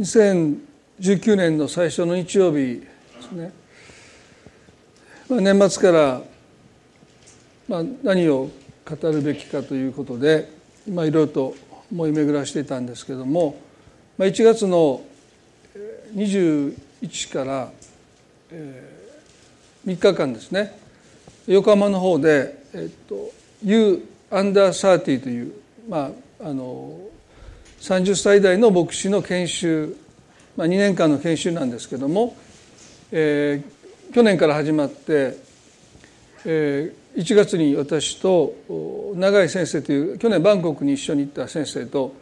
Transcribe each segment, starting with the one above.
2019年の最初の日曜日ですね。年末から何を語るべきかということでいろいろと思い巡らしていたんですけども、1月の21から3日間ですね、横浜の方でU Under 30という30歳代の牧師の研修、2年間の研修なんですけども、去年から始まって、1月に私と永井先生という去年バンコクに一緒に行った先生と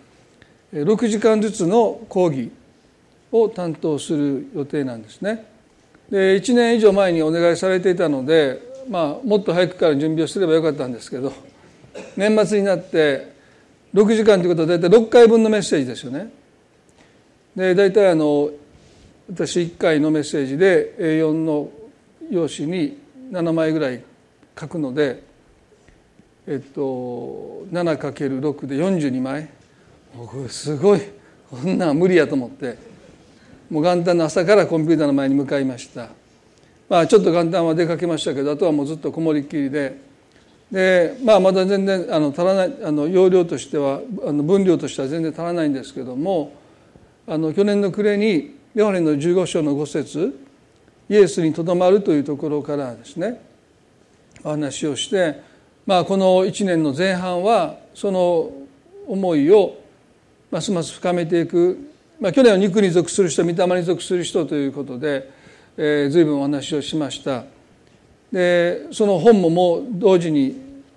6時間ずつの講義を担当する予定なんですね。で1年以上前にお願いされていたので、もっと早くから準備をすればよかったんですけど、年末になって6時間ということは大体6回分のメッセージですよね。で大体私1回のメッセージで A4 の用紙に7枚ぐらい書くので、7×6 で42枚。すごい、こんなん無理やと思って、もう元旦の朝からコンピューターの前に向かいました。ちょっと元旦は出かけましたけど、あとはもうずっとこもりっきりで、まだ全然足らない、容量としては分量としては全然足らないんですけども、去年の暮れにヨハネの15章の5節、イエスにとどまるというところからですね、お話をして、この1年の前半はその思いをますます深めていく、去年は肉に属する人、御霊に属する人ということで、随分お話をしました。でその本もう同時に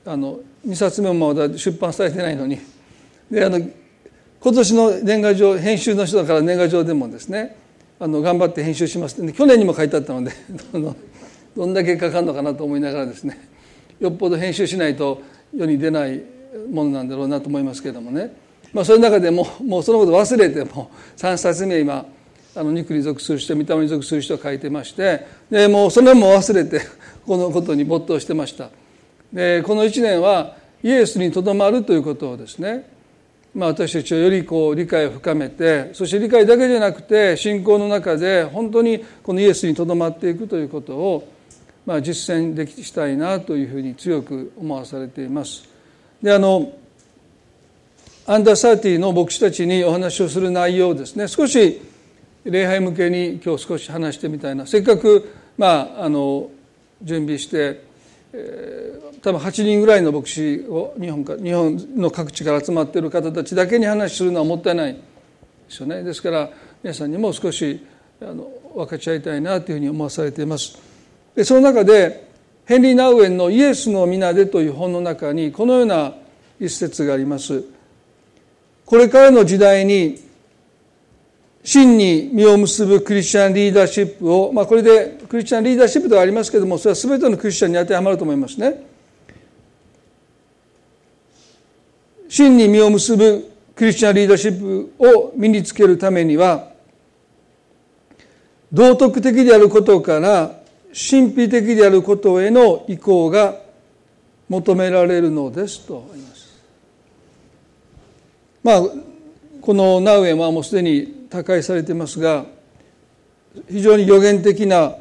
2冊目もまだ出版されてないのに、で今年の年賀状、編集の人だから年賀状でもですね、頑張って編集しますって、去年にも書いてあったのでどんだけかかるのかなと思いながらですね、よっぽど編集しないと世に出ないものなんだろうなと思いますけれどもね、その中でもうそのこと忘れても3冊目今肉に属する人、御霊に属する人を書いてまして、でもうそれも忘れてこのことに没頭してました。でこの1年はイエスにとどまるということをですね、私たちはより理解を深めて、そして理解だけじゃなくて信仰の中で本当にこのイエスにとどまっていくということを実践したいなというふうに強く思わされています。でアンダー30の牧師たちにお話をする内容をですね、少し礼拝向けに今日少し話してみたいな。せっかく準備して多分8人ぐらいの牧師を日本の各地から集まっている方たちだけに話するのはもったいないですよね。ですから皆さんにも少し分かち合いたいなというふうに思わされています。でその中でヘンリー・ナウエンのイエスの皆でという本の中にこのような一節があります。これからの時代に真に実を結ぶクリスチャンリーダーシップを、これでクリスチャンリーダーシップではありますけれども、それは全てのクリスチャンに当てはまると思いますね。真に実を結ぶクリスチャンリーダーシップを身につけるためには、道徳的であることから神秘的であることへの移行が求められるのですとあります。このナウエンはもうすでに他界されていますが、非常に予言的な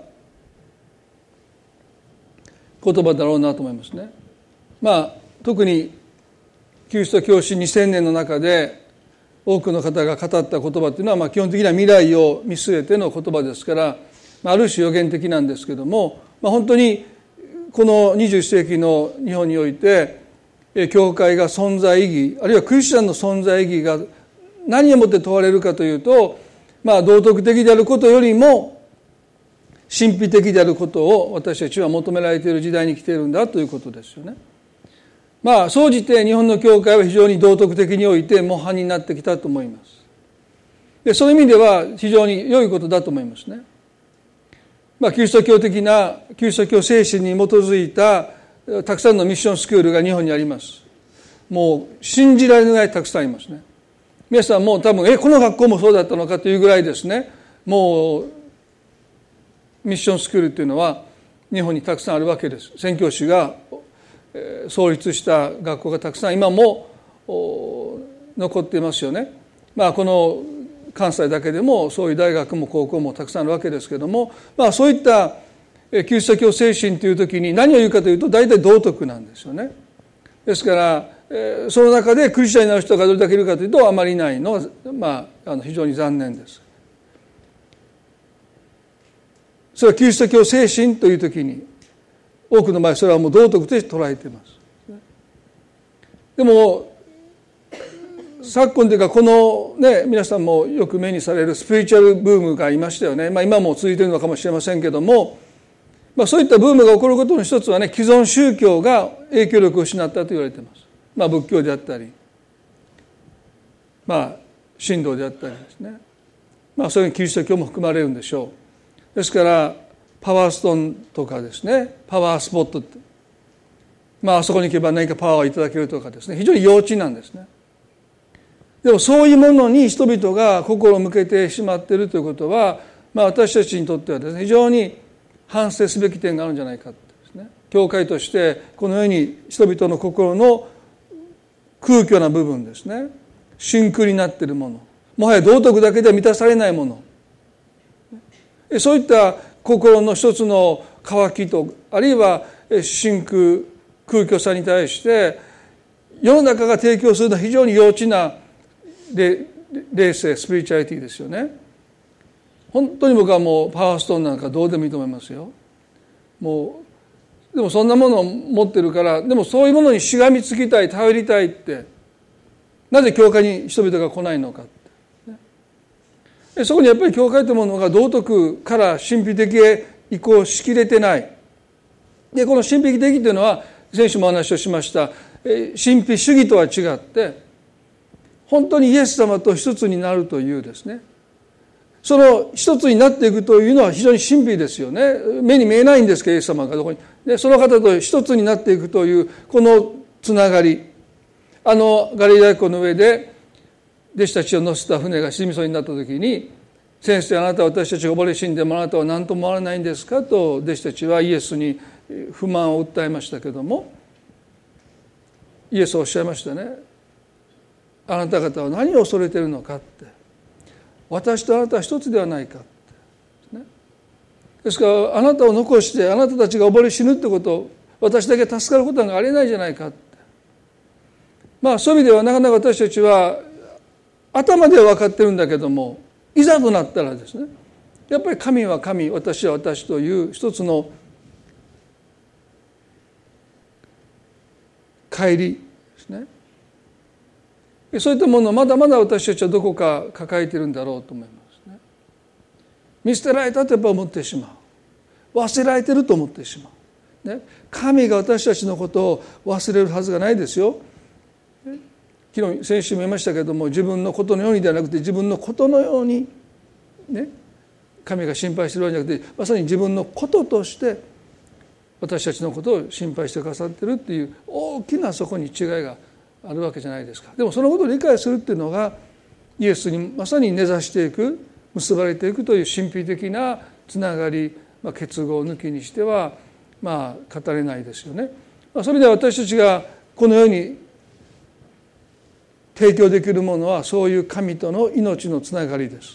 言葉だろうなと思いますね。特にキリスト教史2000年の中で多くの方が語った言葉というのは、基本的には未来を見据えての言葉ですから、ある種予言的なんですけども、本当にこの21世紀の日本において教会が存在意義、あるいはクリスチャンの存在意義が何をもって問われるかというと、道徳的であることよりも神秘的であることを私たちは求められている時代に来ているんだということですよね。総じて日本の教会は非常に道徳的において模範になってきたと思います。でそういう意味では非常に良いことだと思いますね。キリスト教的なキリスト教精神に基づいたたくさんのミッションスクールが日本にあります。もう信じられないぐらいたくさんありますね。皆さんもう多分この学校もそうだったのかというぐらいですね、もうミッションスクールというのは日本にたくさんあるわけです。宣教師が創立した学校がたくさん今も残っていますよね。この関西だけでもそういう大学も高校もたくさんあるわけですけれども、そういったキリスト教精神という時に何を言うかというと大体道徳なんですよね。ですからその中でクリスチャンになる人がどれだけいるかというとあまりいないのが、非常に残念です。それはキリスト教精神という時に多くの場合それはもう道徳として捉えています。でも昨今というかこのね皆さんもよく目にされるスピリチュアルブームがいましたよね。今も続いているのかもしれませんけども、そういったブームが起こることの一つはね、既存宗教が影響力を失ったと言われています。仏教であったり、神道であったりですね。そういうキリスト教も含まれるんでしょう。ですからパワーストーンとかですね、パワースポットって、あそこに行けば何かパワーをいただけるとかですね、非常に幼稚なんですね。でもそういうものに人々が心を向けてしまっているということは、私たちにとってはですね、非常に反省すべき点があるんじゃないかですね。教会としてこのように人々の心の空虚な部分ですね、真空になっているもの、もはや道徳だけでは満たされないもの、そういった心の一つの渇きと、あるいは真空虚さに対して世の中が提供するのは非常に幼稚な霊性スピリチュアリティですよね。本当に僕はもうパワーストーンなんかどうでもいいと思いますよ。でもそんなものを持ってるから、でもそういうものにしがみつきたい、頼りたいって、なぜ教会に人々が来ないのかって、そこにやっぱり教会というものが道徳から神秘的へ移行しきれてない。でこの神秘的というのは先週もお話をしました神秘主義とは違って、本当にイエス様と一つになるというですね、その一つになっていくというのは非常に神秘ですよね。目に見えないんですけどイエス様がどこに、でその方と一つになっていくというこのつながり、ガリラヤ湖の上で弟子たちを乗せた船が沈みそうになった時に、先生、あなたは私たちが溺れ死んでもあなたは何とも思わないんですかと弟子たちはイエスに不満を訴えましたけども、イエスはおっしゃいましたね。あなた方は何を恐れているのかって、私とあなたは一つではないかって、ね、ですからあなたを残してあなたたちが溺れ死ぬってこと、私だけ助かることがありえないじゃないかって、そういう意味ではなかなか私たちは頭では分かってるんだけども、いざとなったらですね、やっぱり神は神、私は私という一つの乖離ですね。そういったものをまだまだ私たちはどこか抱えているんだろうと思いますね。見捨てられたとやっぱ思ってしまう。忘れられていると思ってしまう。ね、神が私たちのことを忘れるはずがないですよ。先週も言いましたけれども、自分のことのようにではなくて自分のことのように、ね、神が心配しているわけじゃなくて、まさに自分のこととして私たちのことを心配してくださっているっていう大きなそこに違いがあるわけじゃないですか。でもそのことを理解するっていうのがイエスにまさに根ざしていく、結ばれていくという神秘的なつながり、結合抜きにしては語れないですよね。それでは私たちがこの世に提供できるものはそういう神との命のつながりです。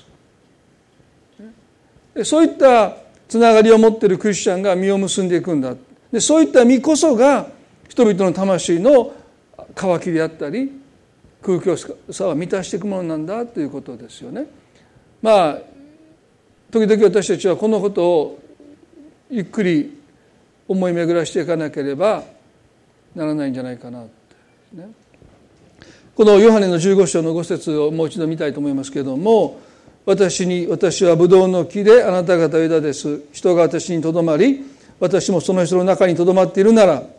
そういったつながりを持っているクリスチャンが実を結んでいくんだ。でそういった実こそが人々の魂の渇きであったり空虚さを満たしていくものなんだということですよね。時々私たちはこのことをゆっくり思い巡らしていかなければならないんじゃないかなって、ね。このヨハネの15章の5節をもう一度見たいと思いますけれども、私はブドウの木であなた方は枝です。人が私にとどまり私もその人の中にとどまっているなら、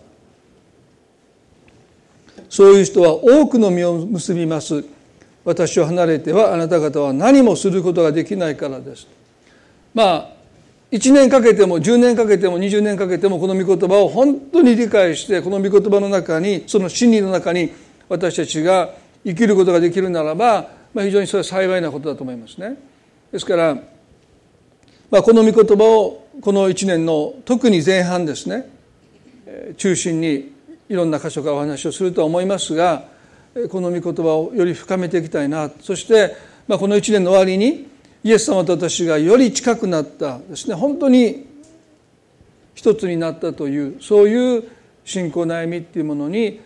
そういう人は多くの実を結びます。私を離れてはあなた方は何もすることができないからです。1年かけても10年かけても20年かけてもこの御言葉を本当に理解して、この御言葉の中に、その真理の中に私たちが生きることができるならば、非常にそれは幸いなことだと思いますね。ですから、この御言葉をこの1年の特に前半ですね、中心にいろんな箇所からお話をするとは思いますが、この御言葉をより深めていきたいな。そしてこの1年の終わりにイエス様と私がより近くなったですね、本当に一つになったという、そういう信仰の歩みっていうものに、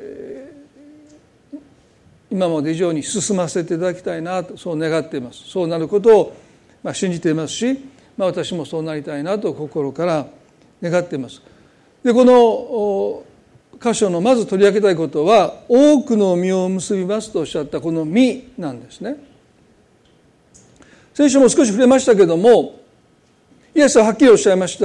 今まで以上に進ませていただきたいなと、そう願っています。そうなることを信じていますし、私もそうなりたいなと心から願っています。で、この箇所のまず取り上げたいことは、多くの実を結びますとおっしゃったこの実なんですね。先週も少し触れましたけども、イエスははっきりおっしゃいました。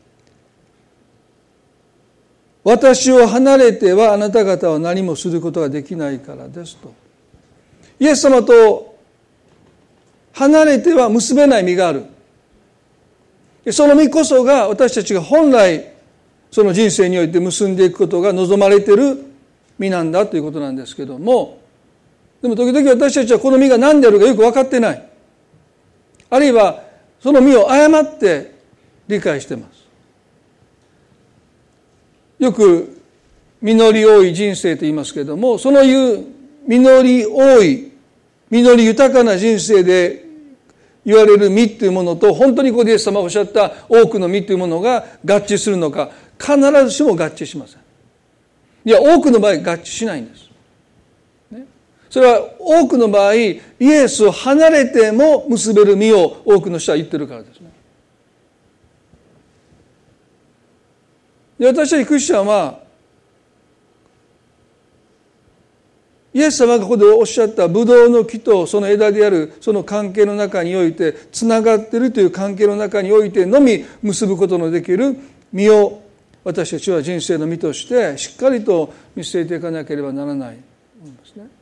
私を離れてはあなた方は何もすることができないからですと。イエス様と離れては結べない実がある。その実こそが私たちが本来その人生において結んでいくことが望まれている実なんだということなんですけども、でも時々私たちはこの実が何であるかよく分かってない。あるいはその実を誤って理解しています。よく実り多い人生と言いますけれども、そのいう実り多い、実り豊かな人生で言われる実というものと、本当にここでイエス様がおっしゃった多くの実というものが合致するのか、必ずしも合致しません。いや、多くの場合合致しないんです。それは多くの場合、イエスを離れても結べる実を多くの人は言ってるからですね。で、私たちクリスチャンは、イエス様がここでおっしゃったブドウの木とその枝であるその関係の中において、つながっているという関係の中においてのみ結ぶことのできる実を、私たちは人生の実としてしっかりと見据えていかなければならないんですね。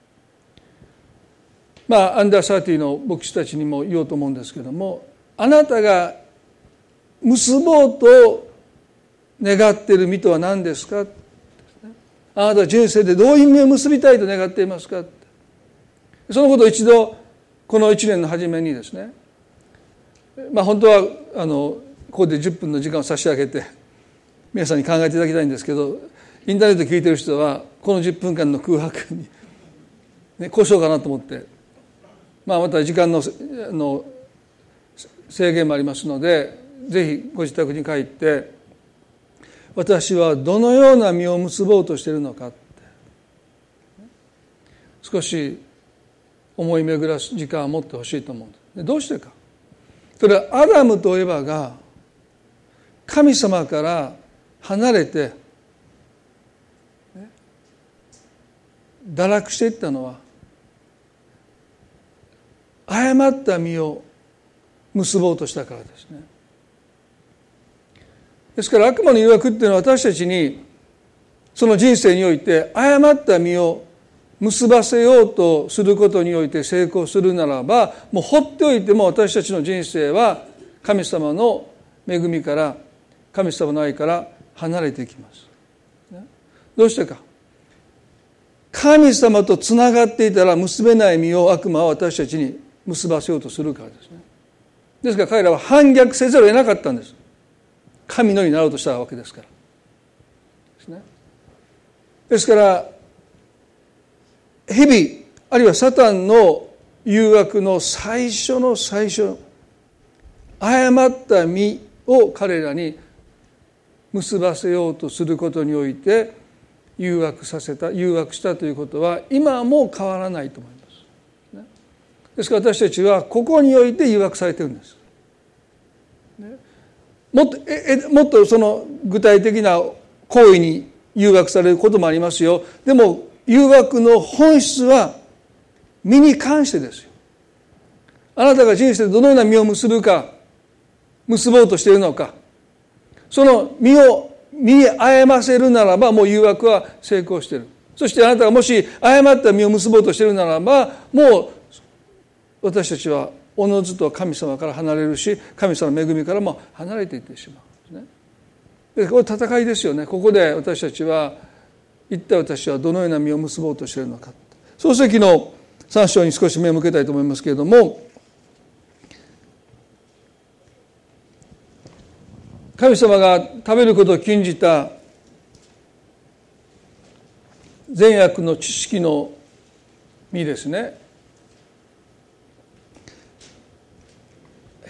アンダー30の牧師たちにも言おうと思うんですけども、あなたが結ぼうと願っている実とは何ですか。あなたは人生でどういう実を結びたいと願っていますか。そのことを一度この1年の初めにですね、本当はここで10分の時間を差し上げて皆さんに考えていただきたいんですけど、インターネット聞いている人はこの10分間の空白に、こうしようかなと思って、また時間の制限もありますので、ぜひご自宅に帰って私はどのような実を結ぼうとしているのかって少し思い巡らす時間を持ってほしいと思うんです。どうしてか。それはアダムとエバが神様から離れて堕落していったのは、誤った実を結ぼうとしたからですね。ですから悪魔の誘惑っていうのは、私たちにその人生において誤った実を結ばせようとすることにおいて成功するならば、もう放っておいても私たちの人生は神様の恵みから、神様の愛から離れていきます。どうしてか。神様とつながっていたら結べない実を悪魔は私たちに結ばせようとするからですね。ですから彼らは反逆せざるを得なかったんです。神のようになろうとしたわけですからですね。ですから蛇あるいはサタンの誘惑の最初の最初、誤った実を彼らに結ばせようとすることにおいて誘惑したということは今も変わらないと思います。ですから私たちはここにおいて誘惑されているんです。もっとその具体的な行為に誘惑されることもありますよ。でも誘惑の本質は実に関してですよ。あなたが人生でどのような実を結ぶか、結ぼうとしているのか、その実を誤せるならばもう誘惑は成功している。そしてあなたがもし誤った実を結ぼうとしているならば、もう私たちはおのずと神様から離れるし、神様の恵みからも離れていってしまうんですね。これ戦いですよね。ここで私たちは一体私はどのような実を結ぼうとしているのか。創世記の3章に少し目を向けたいと思いますけれども、神様が食べることを禁じた善悪の知識の実ですね。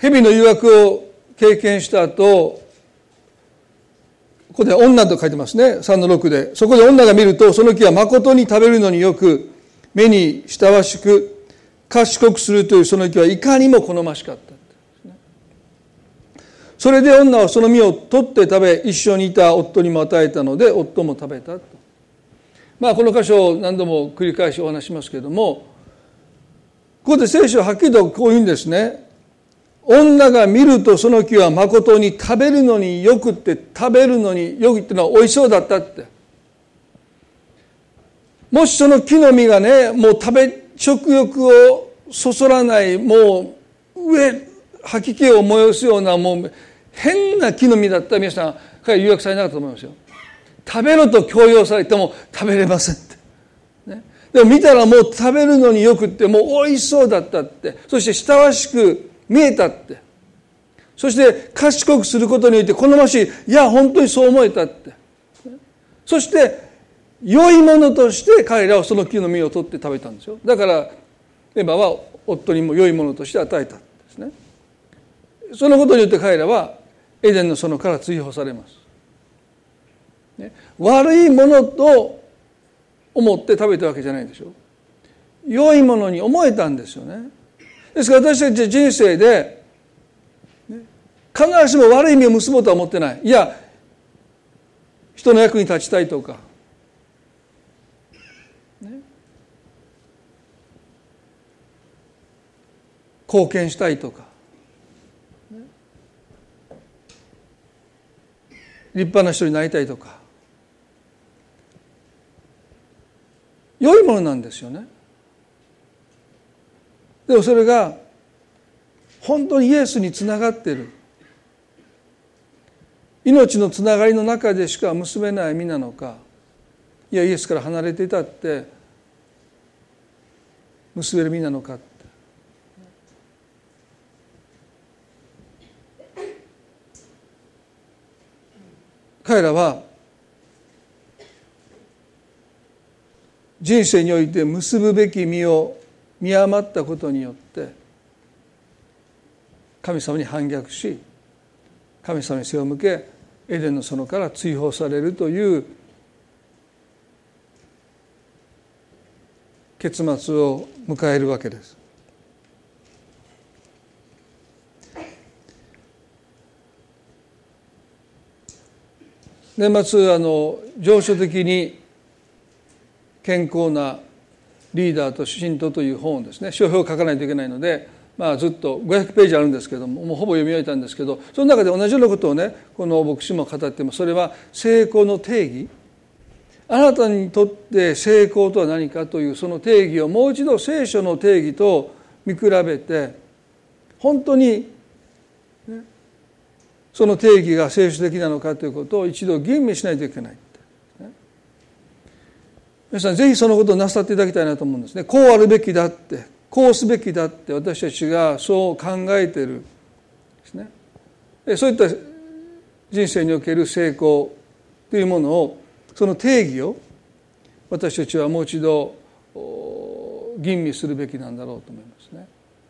蛇の誘惑を経験した後、ここで女と書いてますね。3-6で。そこで女が見ると、その木は誠に食べるのによく、目に親しく、賢くするというその木はいかにも好ましかった。それで女はその実を取って食べ、一緒にいた夫にも与えたので、夫も食べたと。この箇所を何度も繰り返しお話しますけれども、ここで聖書ははっきりとこう言うんですね。女が見るとその木は誠に食べるのによくって、食べるのによくっていうのは美味しそうだったって。もしその木の実がね、もう食欲をそそらない、もう吐き気を催すような、もう変な木の実だったら皆さん彼は誘惑されなかったと思いますよ。食べろと強要されても食べれませんって、ね、でも見たらもう食べるのによくって、もう美味しそうだったって、そして親しく見えたって、そして賢くすることによって好ましい、いや本当にそう思えたって、そして良いものとして彼らはその木の実を取って食べたんですよ。だからエヴァは夫にも良いものとして与えたんですね。そのことによって彼らはエデンの園から追放されます、ね、悪いものと思って食べたわけじゃないでしょ。良いものに思えたんですよね。ですから私たち人生で、ね、必ずしも悪い意味を結ぼうとは思ってない。いや、人の役に立ちたいとか、ね、貢献したいとか、ね、立派な人になりたいとか、良いものなんですよね。でもそれが本当にイエスにつながっている、命のつながりの中でしか結べない実なのか、いやイエスから離れていたって結べる実なのかって、彼らは人生において結ぶべき実を見余ったことによって神様に反逆し、神様に背を向けエデンの園から追放されるという結末を迎えるわけです。年末情緒的に健康なリーダーと信徒という本をですね、書評を書かないといけないので、ずっと500ページあるんですけども、もうほぼ読み終えたんですけど、その中で同じようなことをね、この牧師も語っています。それは成功の定義、あなたにとって成功とは何かというその定義をもう一度聖書の定義と見比べて、本当に、ね、その定義が聖書的なのかということを一度吟味しないといけない。皆さんぜひそのことをなさっていただきたいなと思うんですね。こうあるべきだって、こうすべきだって私たちがそう考えているですね。そういった人生における成功というものを、その定義を私たちはもう一度吟味するべきなんだろうと思いますね。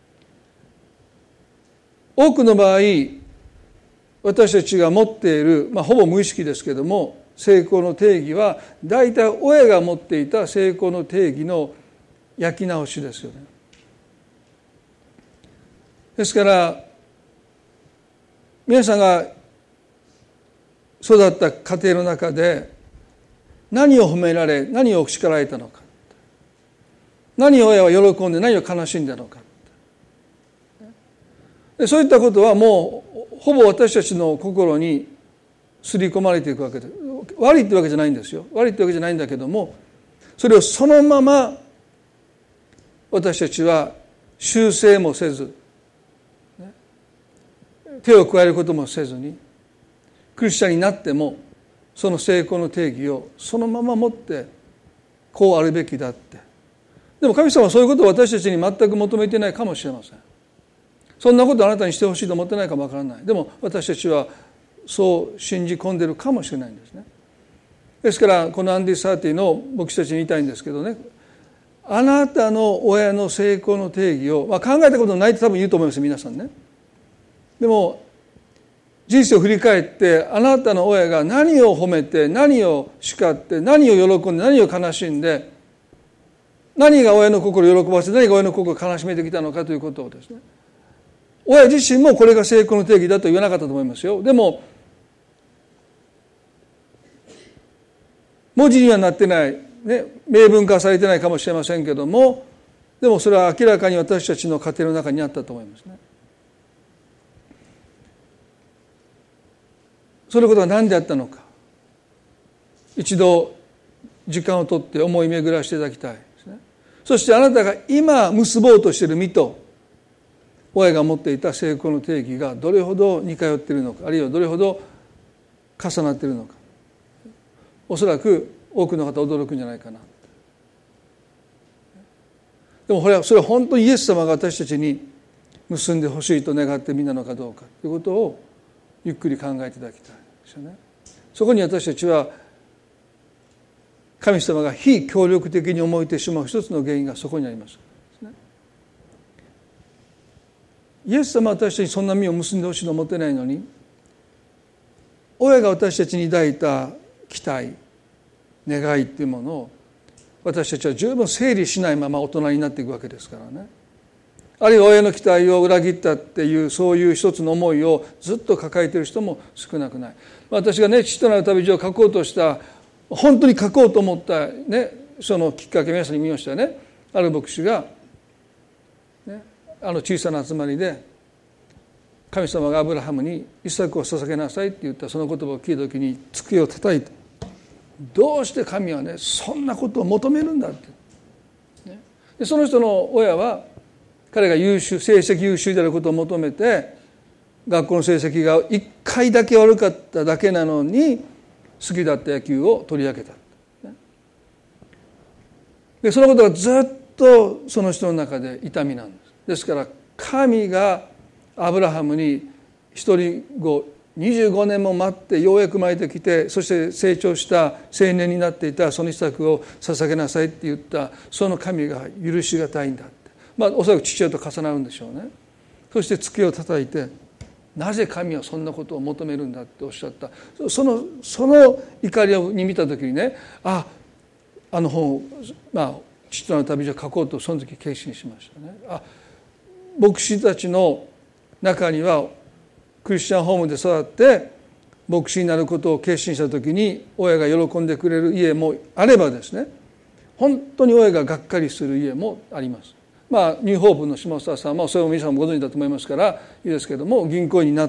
多くの場合、私たちが持っている、ほぼ無意識ですけれども、成功の定義は大体親が持っていた成功の定義の焼き直しですよね。ですから皆さんが育った家庭の中で何を褒められ、何を叱られたのか、何を親は喜んで何を悲しんだのか、そういったことはもうほぼ私たちの心に刷り込まれていくわけです。悪いってわけじゃないんですよ。悪いってわけじゃないんだけども、それをそのまま私たちは修正もせず、手を加えることもせずに、クリスチャンになってもその成功の定義をそのまま持ってこうあるべきだって。でも神様はそういうことを私たちに全く求めていないかもしれません。そんなことをあなたにしてほしいと思ってないかもわからない。でも私たちはそう信じ込んでいるかもしれないんですね。ですからこのアンディ・サーティの牧師たちに言いたいんですけどね、あなたの親の成功の定義を、考えたことないって多分言うと思います皆さんね。 でも人生を振り返ってあなたの親が何を褒めて何を叱って何を喜んで何を悲しんで何が親の心を喜ばせて何が親の心を悲しめてきたのかということをですね、親自身もこれが成功の定義だと言わなかったと思いますよ。でも文字にはなってない、ね、明文化されてないかもしれませんけども、でもそれは明らかに私たちの家庭の中にあったと思いますね。そのことは何であったのか、一度時間をとって思い巡らしていただきたいですね。そしてあなたが今結ぼうとしている身と親が持っていた成功の定義がどれほど似通っているのか、あるいはどれほど重なっているのか、おそらく多くの方驚くんじゃないかな。でもそれは本当にイエス様が私たちに結んでほしいと願ってみなのかどうかということをゆっくり考えていただきたいですよね。そこに私たちは神様が非協力的に思えてしまう一つの原因がそこにあります。イエス様は私たちにそんな身を結んでほしいと思ってないのに、親が私たちに抱いた期待、願いっていうものを私たちは十分整理しないまま大人になっていくわけですからね。あるいは親の期待を裏切ったっていうそういう一つの思いをずっと抱えている人も少なくない。私がね、父となる旅路を書こうとした本当に書こうと思ったね、そのきっかけ皆さんに見ましたよね。ある牧師が、ね、小さな集まりで神様がアブラハムにイサクを捧げなさいって言ったその言葉を聞いた時に机を叩いて、どうして神はねそんなことを求めるんだって、ね、でその人の親は彼が成績優秀であることを求めて、学校の成績が1回だけ悪かっただけなのに好きだった野球を取り上げた。でそのことがずっとその人の中で痛みなんです。ですから神がアブラハムに一人子25年も待ってようやく生まれてきて、そして成長した青年になっていたそのイサクを捧げなさいって言ったその神が許しがたいんだって、おそらく父親と重なるんでしょうね。そして机を叩いて、なぜ神はそんなことを求めるんだっておっしゃった。その怒りに見た時にね、あの本を、父との旅路を書こうとその時決心しましたね。牧師たちの中にはクリスチャンホームで育って牧師になることを決心した時に親が喜んでくれる家もあればですね、本当に親ががっかりする家もあります。ニューホープの下沢さんはそれを皆さんもご存知だと思いますからいいですけども、銀行員になって、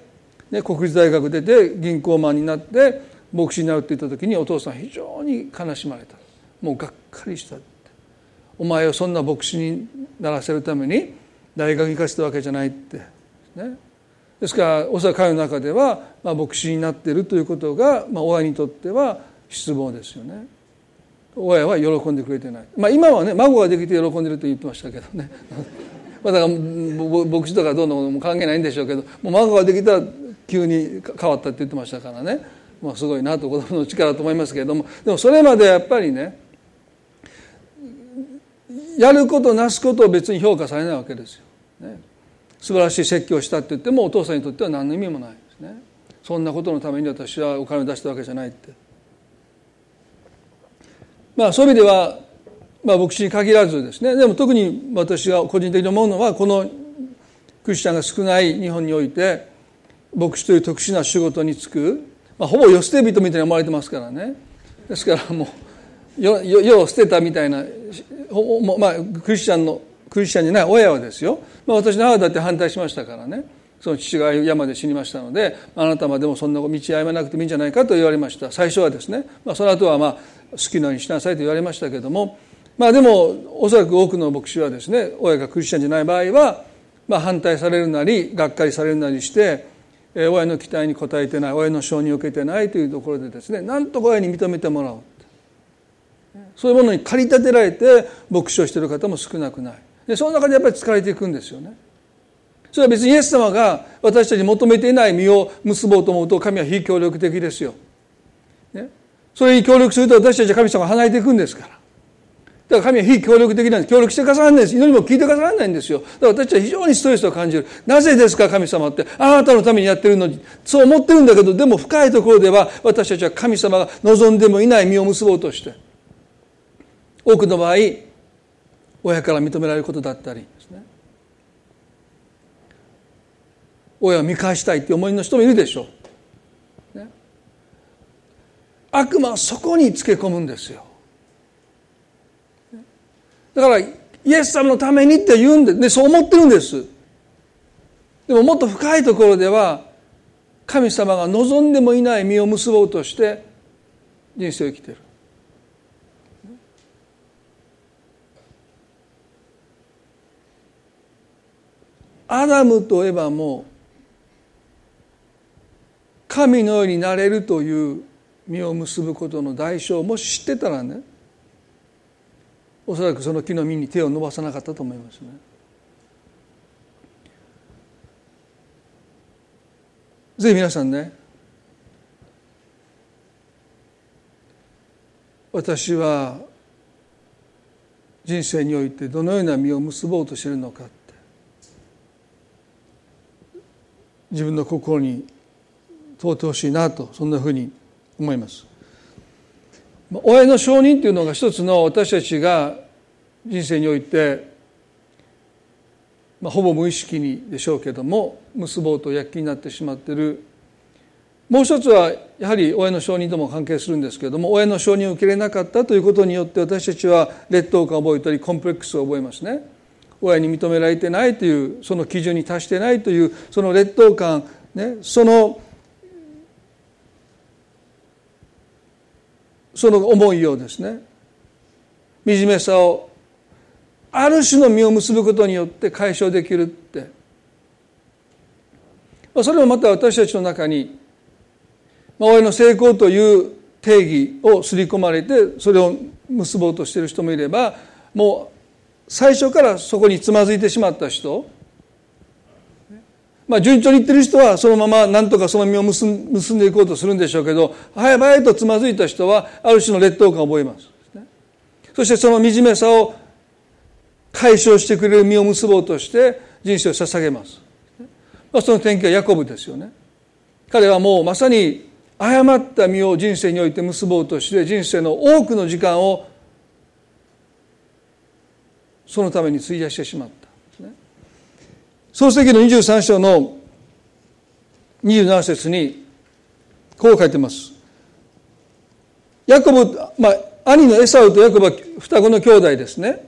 ね、国立大学出て銀行マンになって牧師になるって言った時にお父さん非常に悲しまれた。もうがっかりしたって。お前をそんな牧師にならせるために大学に行かせたわけじゃないって、ね、ですからおそらく彼の中では、牧師になっているということが、親にとっては失望ですよね。親は喜んでくれてない。今はね孫ができて喜んでると言ってましたけどねだから牧師とかどうのも関係ないんでしょうけど、もう孫ができたら急に変わったって言ってましたからね、すごいなと子供の力だと思いますけれども、でもそれまでやっぱりね、やることなすことを別に評価されないわけですよ、ね、素晴らしい説教をしたって言ってもお父さんにとっては何の意味もないですね。そんなことのために私はお金を出したわけじゃないって、そういう意味では、牧師に限らずですね、でも特に私が個人的に思うのは、このクリスチャンが少ない日本において牧師という特殊な仕事に就く、ほぼ世捨て人みたいに思われてますからね。ですからもう世を捨てたみたいな、クリスチャンじゃない親はですよ、私の母だって反対しましたからね。その父が山で死にましたので、あなたまでもそんな道歩まなくてもいいんじゃないかと言われました。最初はですね、その後は好きなようにしなさいと言われましたけれども、でもおそらく多くの牧師はですね、親がクリスチャンじゃない場合は、反対されるなりがっかりされるなりして、親の期待に応えてない、親の承認を受けてないというところでですね、なんとか親に認めてもらおう、そういうものに駆り立てられて牧師をしている方も少なくない。でその中でやっぱり疲れていくんですよね。それは別にイエス様が私たちに求めていない実を結ぼうと思うと神は非協力的ですよ、ね、それに協力すると私たちは神様が離れていくんですから、 だから神は非協力的なんです。協力してくださらないんです。祈りも聞いてくださらないんですよ。だから私は非常にストレスを感じる。なぜですか神様って。あなたのためにやってるのに。そう思ってるんだけど、でも深いところでは私たちは神様が望んでもいない実を結ぼうとして、多くの場合親から認められることだったりですね、親を見返したいという思いの人もいるでしょう、ね、悪魔はそこにつけ込むんですよ。だからイエス様のためにって言うんで、ね、そう思ってるんです。でももっと深いところでは神様が望んでもいない実を結ぼうとして人生を生きている。アダムとエバも神のようになれるという実を結ぶことの代償をもし知ってたらね、おそらくその木の実に手を伸ばさなかったと思いますね。ぜひ皆さんね、私は人生においてどのような実を結ぼうとしているのかって自分の心に問うてほしいなと、そんなふうに思います。親の承認というのが一つの私たちが人生において、ほぼ無意識にでしょうけども結ぼうと躍起になってしまっている。もう一つはやはり親の承認とも関係するんですけれども、親の承認を受けれなかったということによって私たちは劣等感を覚えたりコンプレックスを覚えますね。親に認められてないという、その基準に達してないというその劣等感、ね、その思いをですね、惨めさをある種の実を結ぶことによって解消できるって、それもまた私たちの中に親の成功という定義を刷り込まれてそれを結ぼうとしている人もいれば、もう最初からそこにつまずいてしまった人、順調にいってる人はそのまま何とかその実を結んでいこうとするんでしょうけど、早々とつまずいた人はある種の劣等感を覚えます。そしてその惨めさを解消してくれる実を結ぼうとして人生を捧げます。その典型はヤコブですよね。彼はもうまさに誤った実を人生において結ぼうとして人生の多くの時間をそのために費やしてしまった。創世記の23章の27節にこう書いてます。ヤコブ、兄のエサウとヤコブは双子の兄弟ですね。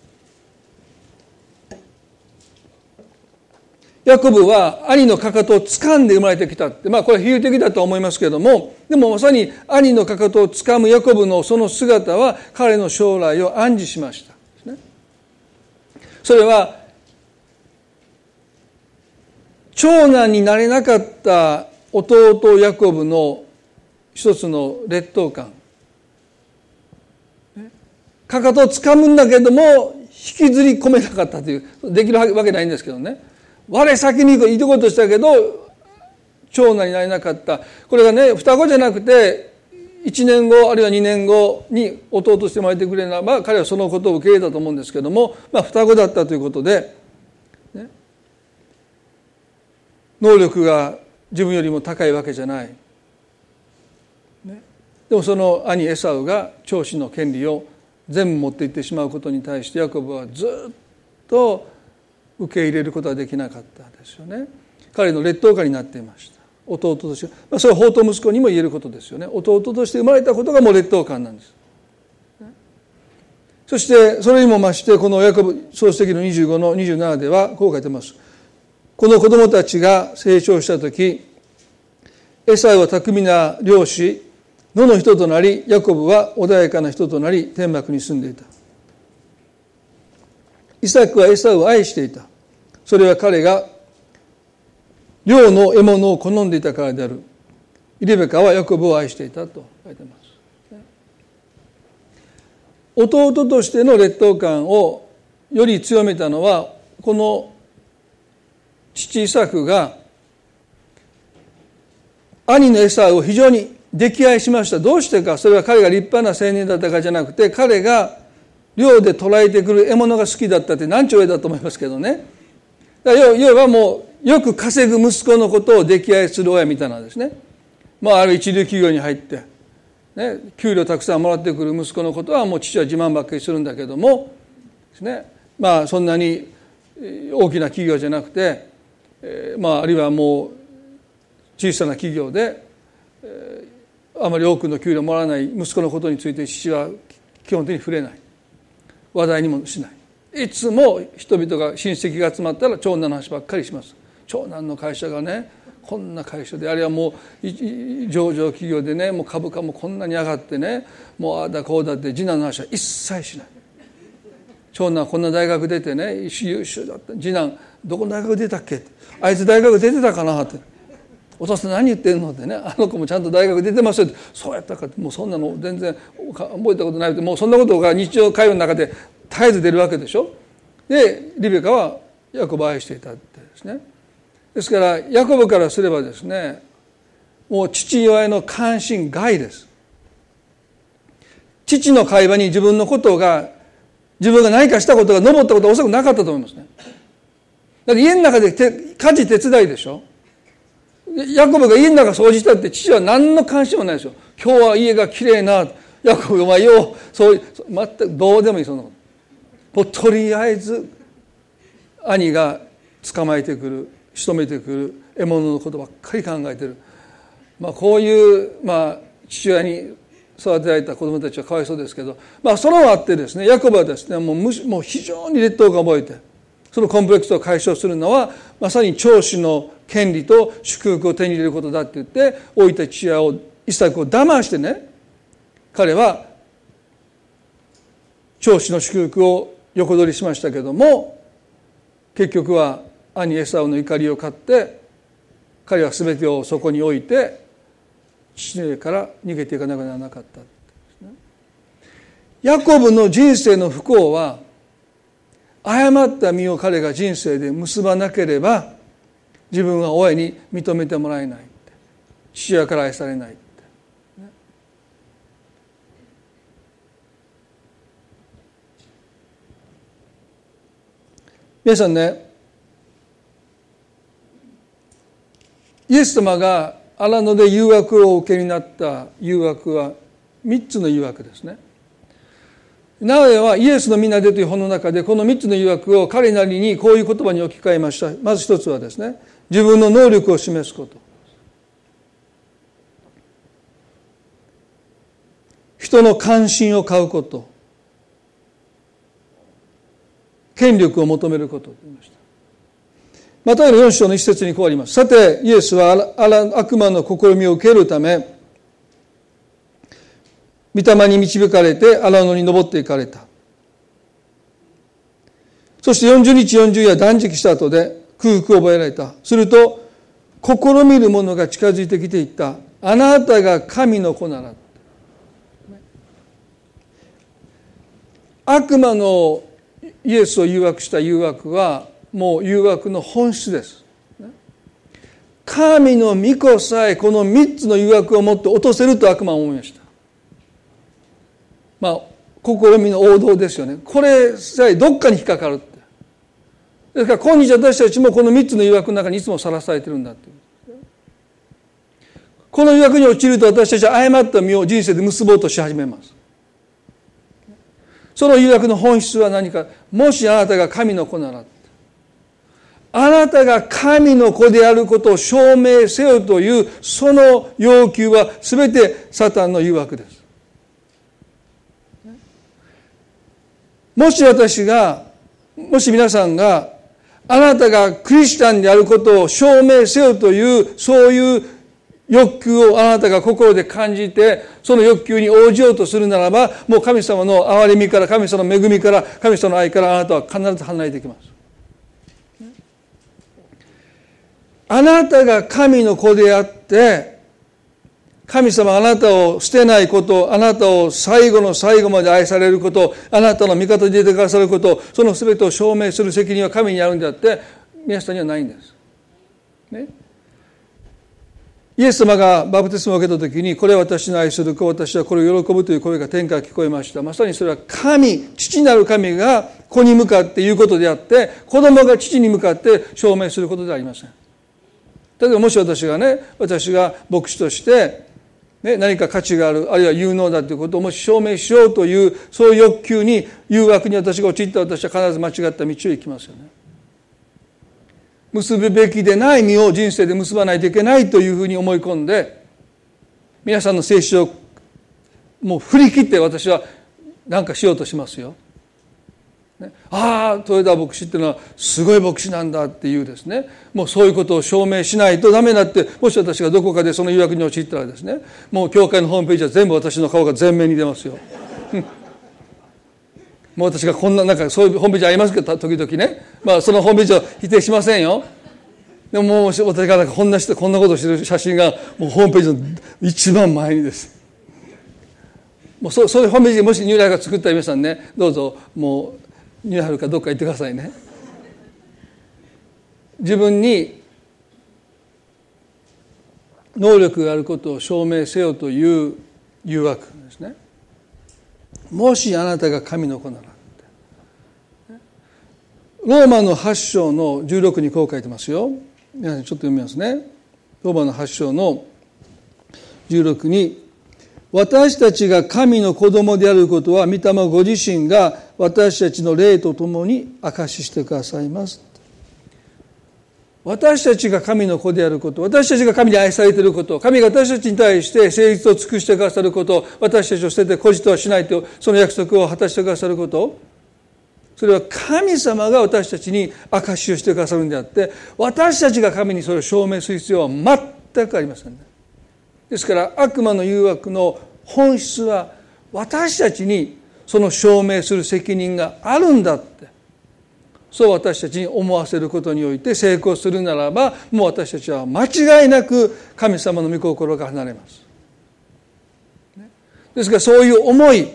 ヤコブは兄のかかとを掴んで生まれてきたって、これは比喩的だと思いますけれども、でもまさに兄のかかとを掴むヤコブのその姿は彼の将来を暗示しました。それは長男になれなかった弟ヤコブの一つの劣等感、かかとを掴むんだけども引きずり込めなかったという、できるわけないんですけどね、我先にいいとこうとしたけど長男になれなかった。これがね、双子じゃなくて1年後あるいは2年後に弟として生まれてくれならば彼はそのことを受け入れたと思うんですけども、双子だったということで、ね、能力が自分よりも高いわけじゃない、ね、でもその兄エサウが長子の権利を全部持っていってしまうことに対してヤコブはずっと受け入れることはできなかったですよね。彼の劣等感になっていました。弟として、それは法と息子にも言えることですよね。弟として生まれたことがもう劣等感なんです。そしてそれにも増してこのヤコブ創世記の25の27ではこう書いてます。この子供たちが成長したとき、エサウは巧みな漁師、野の人となり、ヤコブは穏やかな人となり天幕に住んでいた。イサクはエサウを愛していた。それは彼が猟の獲物を好んでいたからである。リベカはヤコブを愛していたと書いてます。弟としての劣等感をより強めたのは、この父イサクが兄のエサウを非常に溺愛しました。どうしてか、それは彼が立派な青年だったからじゃなくて、彼が漁で捕らえてくる獲物が好きだったって何ちゅう絵だと思いますけどね。要はもうよく稼ぐ息子のことを溺愛する親みたいなんですね。ある一流企業に入って、ね、給料たくさんもらってくる息子のことはもう父は自慢ばっかりするんだけどもですね、そんなに大きな企業じゃなくて、あるいはもう小さな企業で、あまり多くの給料もらわない息子のことについて父は基本的に触れない、話題にもしない。いつも人々が親戚が集まったら長男の話ばっかりします。長男の会社がねこんな会社で、あるいはもう上場企業でね、もう株価もこんなに上がってね、もうああだこうだって、次男の話は一切しない。長男はこんな大学出てね優秀だった。次男どこの大学出たっけって、あいつ大学出てたかなって、お父さん何言ってんのってね、あの子もちゃんと大学出てますよって、そうやったかって、もうそんなの全然覚えたことないって、もうそんなことが日常会話の中で絶えず出るわけでしょ。でリベカはヤコブを愛していたってですね。ですからヤコブからすればですね、もう父親の関心外です。父の会話に自分のことが、自分が何かしたことが上ったことはおそらくなかったと思いますね。だって家の中で家事手伝いでしょ。ヤコブが家の中掃除したって父は何の関心もないですよ。今日は家がきれいな、ヤコブお前ようそう全くどうでもいい、そんなこと。もうとりあえず兄が捕まえてくる、仕留めてくる獲物のことばっかり考えてる。こういう父親に育てられた子供たちはかわいそうですけど、それもあってですね、ヤコブはですね、もう非常に劣等感を覚えて、そのコンプレックスを解消するのはまさに長子の権利と祝福を手に入れることだって言って、老いた父親をイサクを騙してね、彼は長子の祝福を横取りしましたけども、結局は兄エサウの怒りを買って、彼は全てをそこに置いて父の家から逃げていかなくならなかった。ヤコブの人生の不幸は、誤った実を彼が人生で結ばなければ自分は親に認めてもらえない、父親から愛されない。皆さんね、イエス様が荒野で誘惑をお受けになった誘惑は3つの誘惑ですね。ナウエはイエスの皆でという本の中でこの3つの誘惑を彼なりにこういう言葉に置き換えました。まず一つはですね、自分の能力を示すこと、人の関心を買うこと、権力を求めることと言いました。マタイの4章の一節にこうあります。さてイエスは悪魔の試みを受けるため御霊に導かれて荒野に登っていかれた。そして40日40夜断食した後で空腹を覚えられた。すると試みる者が近づいてきていった。あなたが神の子なら。悪魔のイエスを誘惑した誘惑はもう誘惑の本質です。神の御子さえこの3つの誘惑を持って落とせると悪魔は思いました。試みの王道ですよね。これさえどっかに引っかかるって。ですから今日私たちもこの3つの誘惑の中にいつもさらされてるんだって。この誘惑に陥ると私たちは誤った実を人生で結ぼうとし始めます。その誘惑の本質は何か。もしあなたが神の子なら、あなたが神の子であることを証明せよというその要求は全てサタンの誘惑です。もし皆さんがあなたがクリスチャンであることを証明せよというそういう欲求をあなたが心で感じてその欲求に応じようとするならば、もう神様の憐れみから神様の恵みから神様の愛からあなたは必ず離れていきます。あなたが神の子であって神様あなたを捨てないこと、あなたを最後の最後まで愛されること、あなたの味方でいてくださること、その全てを証明する責任は神にあるんであって皆さんにはないんです、ね、 イエス様がバプテスマを受けた時に、これは私の愛する子、私はこれを喜ぶという声が天から聞こえました。まさにそれは父なる神が子に向かって言うことであって、子供が父に向かって証明することではありません。例えばもし私が牧師として何か価値がある、あるいは有能だということをもし証明しようという、そういう欲求に、誘惑に私が陥ったら、私は必ず間違った道を行きますよね。結ぶべきでない実を人生で結ばないといけないというふうに思い込んで、皆さんの聖書をもう振り切って私は何かしようとしますよ。豊田牧師っていうのはすごい牧師なんだっていうですね、もうそういうことを証明しないとダメだって、もし私がどこかでその誘惑に陥ったらですね、もう教会のホームページは全部私の顔が前面に出ますよ。もう私がこんなそういうホームページありますけど、時々ね、そのホームページを否定しませんよ。でももう私がこんなことをしている写真がもうホームページの一番前にです。もうそういうホームページもしニューライフが作ったら皆さんね、どうぞもうニューライフかどっか行ってくださいね。自分に能力があることを証明せよという誘惑ですね。もしあなたが神の子なら、ローマの8章の16にこう書いてますよ。皆さんちょっと読みますね。ローマの8章の16に、私たちが神の子供であることは御霊ご自身が私たちの霊とともに証ししてくださいます。私たちが神の子であること、私たちが神に愛されていること、神が私たちに対して誠実を尽くしてくださること、私たちを捨てて孤児とはしないとその約束を果たしてくださること、それは神様が私たちに証しをしてくださるんであって、私たちが神にそれを証明する必要は全くありませんね。ですから悪魔の誘惑の本質は、私たちにその証明する責任があるんだって、そう私たちに思わせることにおいて成功するならば、もう私たちは間違いなく神様の御心が離れます。ですからそういう思い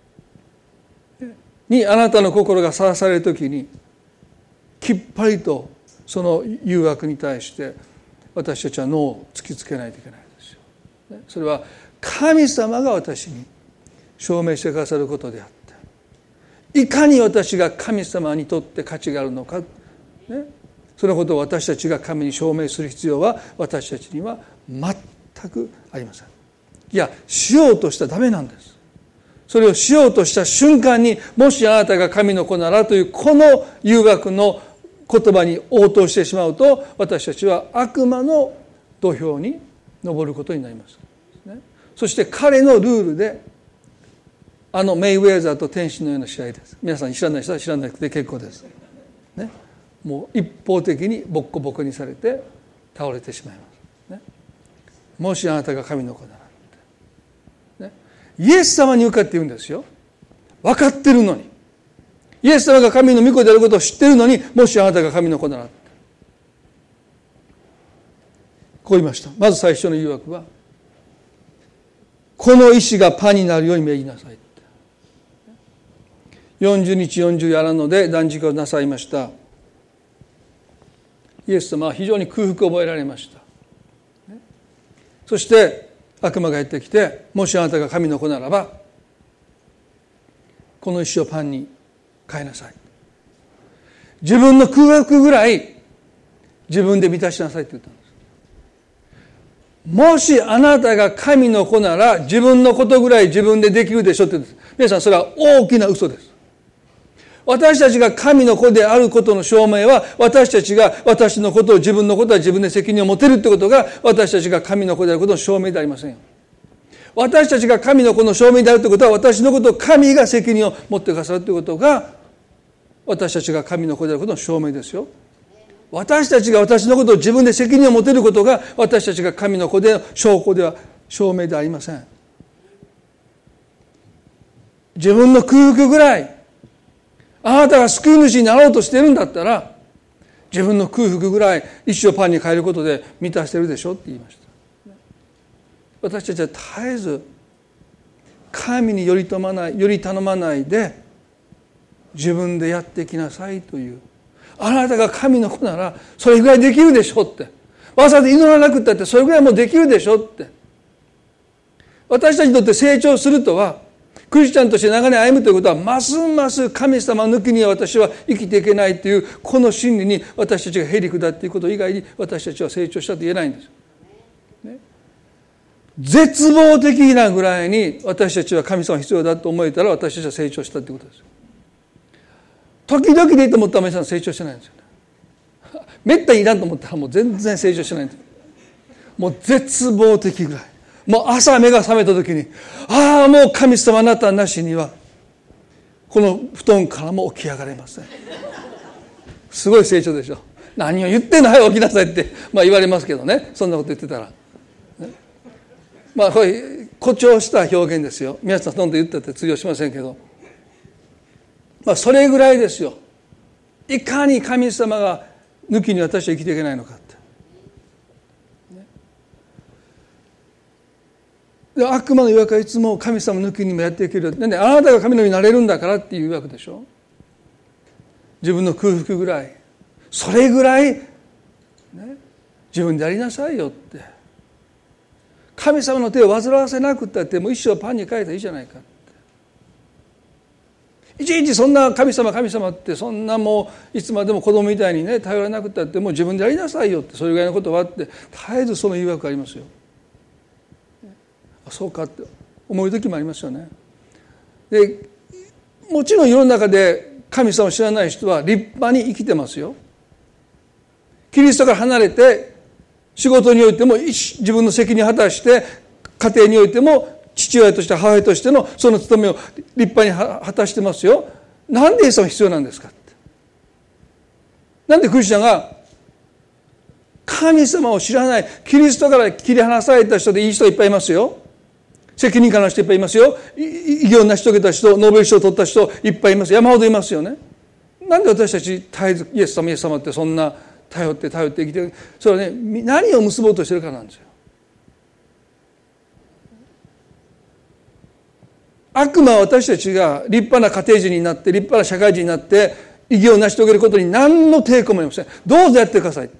にあなたの心がさらされるときに、きっぱりとその誘惑に対して私たちはノーを突きつけないといけないですよ。それは神様が私に証明してくださることであって、いかに私が神様にとって価値があるのか、そのことを私たちが神に証明する必要は私たちには全くありません。いや、しようとしたらダメなんです。それをしようとした瞬間に、もしあなたが神の子ならというこの誘惑の言葉に応答してしまうと、私たちは悪魔の土俵に登ることになります。そして彼のルールで、メイウェザーと天使のような試合です。皆さん知らない人は知らなくて結構です。もう一方的にボッコボコにされて倒れてしまいます。もしあなたが神の子なら、イエス様に向かって言うんですよ。分かってるのに。イエス様が神の御子であることを知っているのに、もしあなたが神の子なら。こう言いました。まず最初の誘惑は、この石がパンになるように命じなさい。40日40夜なので断食をなさいました。イエス様は非常に空腹を覚えられました。そして悪魔がやってきて、もしあなたが神の子ならばこの石をパンに変えなさい。自分の空腹ぐらい自分で満たしなさいって言ったんです。もしあなたが神の子なら自分のことぐらい自分でできるでしょって言うんです。皆さん、それは大きな嘘です。私たちが神の子であることの証明は、私たちが私のことを、自分のことは自分で責任を持てるってことが、私たちが神の子であることの証明でありませんよ。私たちが神の子の証明であるということは、私のことを神が責任を持ってくださるということが、私たちが神の子であることの証明ですよ。私たちが私のことを自分で責任を持てることが、私たちが神の子での証拠では、証明ではありません。自分の空腹ぐらい、あなたが救い主になろうとしているんだったら、自分の空腹ぐらい石をパンに変えることで満たしているでしょって言いました。私たちは絶えず神により頼まないで自分でやってきなさいという、あなたが神の子ならそれぐらいできるでしょって、 わざわざ祈らなくったってそれぐらいもうできるでしょって。私たちにとって成長するとは、クリスチャンとして長年歩むということは、ますます神様抜きには私は生きていけないというこの真理に私たちがへり下っていくこと以外に私たちは成長したと言えないんです、ね、絶望的なぐらいに私たちは神様が必要だと思えたら私たちは成長したということです。時々でいいと思ったら皆さん成長してないんですよね。めったにいらんと思ったらもう全然成長してないんです。もう絶望的ぐらい、もう朝目が覚めた時に、ああもう神様あなたなしにはこの布団からも起き上がれません。すごい成長でしょ。何を言ってんの、はい起きなさいって、言われますけどね、そんなこと言ってたら、ね、これ誇張した表現ですよ。皆さんどんどん言ったって通用しませんけど、それぐらいですよ。いかに神様が抜きに私は生きていけないのかって、ね、悪魔の誘惑はいつも神様抜きにもやっていける。なんであなたが神のようになれるんだからっていう誘惑でしょ。自分の空腹ぐらい、それぐらい、ね、自分でやりなさいよって。神様の手を煩わせなくったってもう一生パンに変えたらいいじゃないかって。いちいちそんな神様ってそんなもういつまでも子供みたいにね頼らなくったってもう自分でやりなさいよって、それぐらいのことはって絶えずその誘惑がありますよ。そうかって思う時もありますよね。でもちろん世の中で神様を知らない人は立派に生きてますよ。キリストから離れて仕事においても自分の責任を果たして、家庭においても父親として母親としてのその務めを立派に果たしてますよ。なんでイエス様が必要なんですかって。なんでクリスチャンが神様を知らない、キリストから切り離された人でいい人がいっぱいいますよ。責任感の人いっぱいいますよ。偉業を成し遂げた人、ノーベル賞を取った人いっぱいいます。山ほどいますよね。なんで私たち絶えずイエス様ってそんな頼って生きてる。それはね、何を結ぼうとしてるかなんですよ。悪魔は私たちが立派な家庭人になって立派な社会人になって偉業を成し遂げることに何の抵抗もありません。どうぞやってくださいって、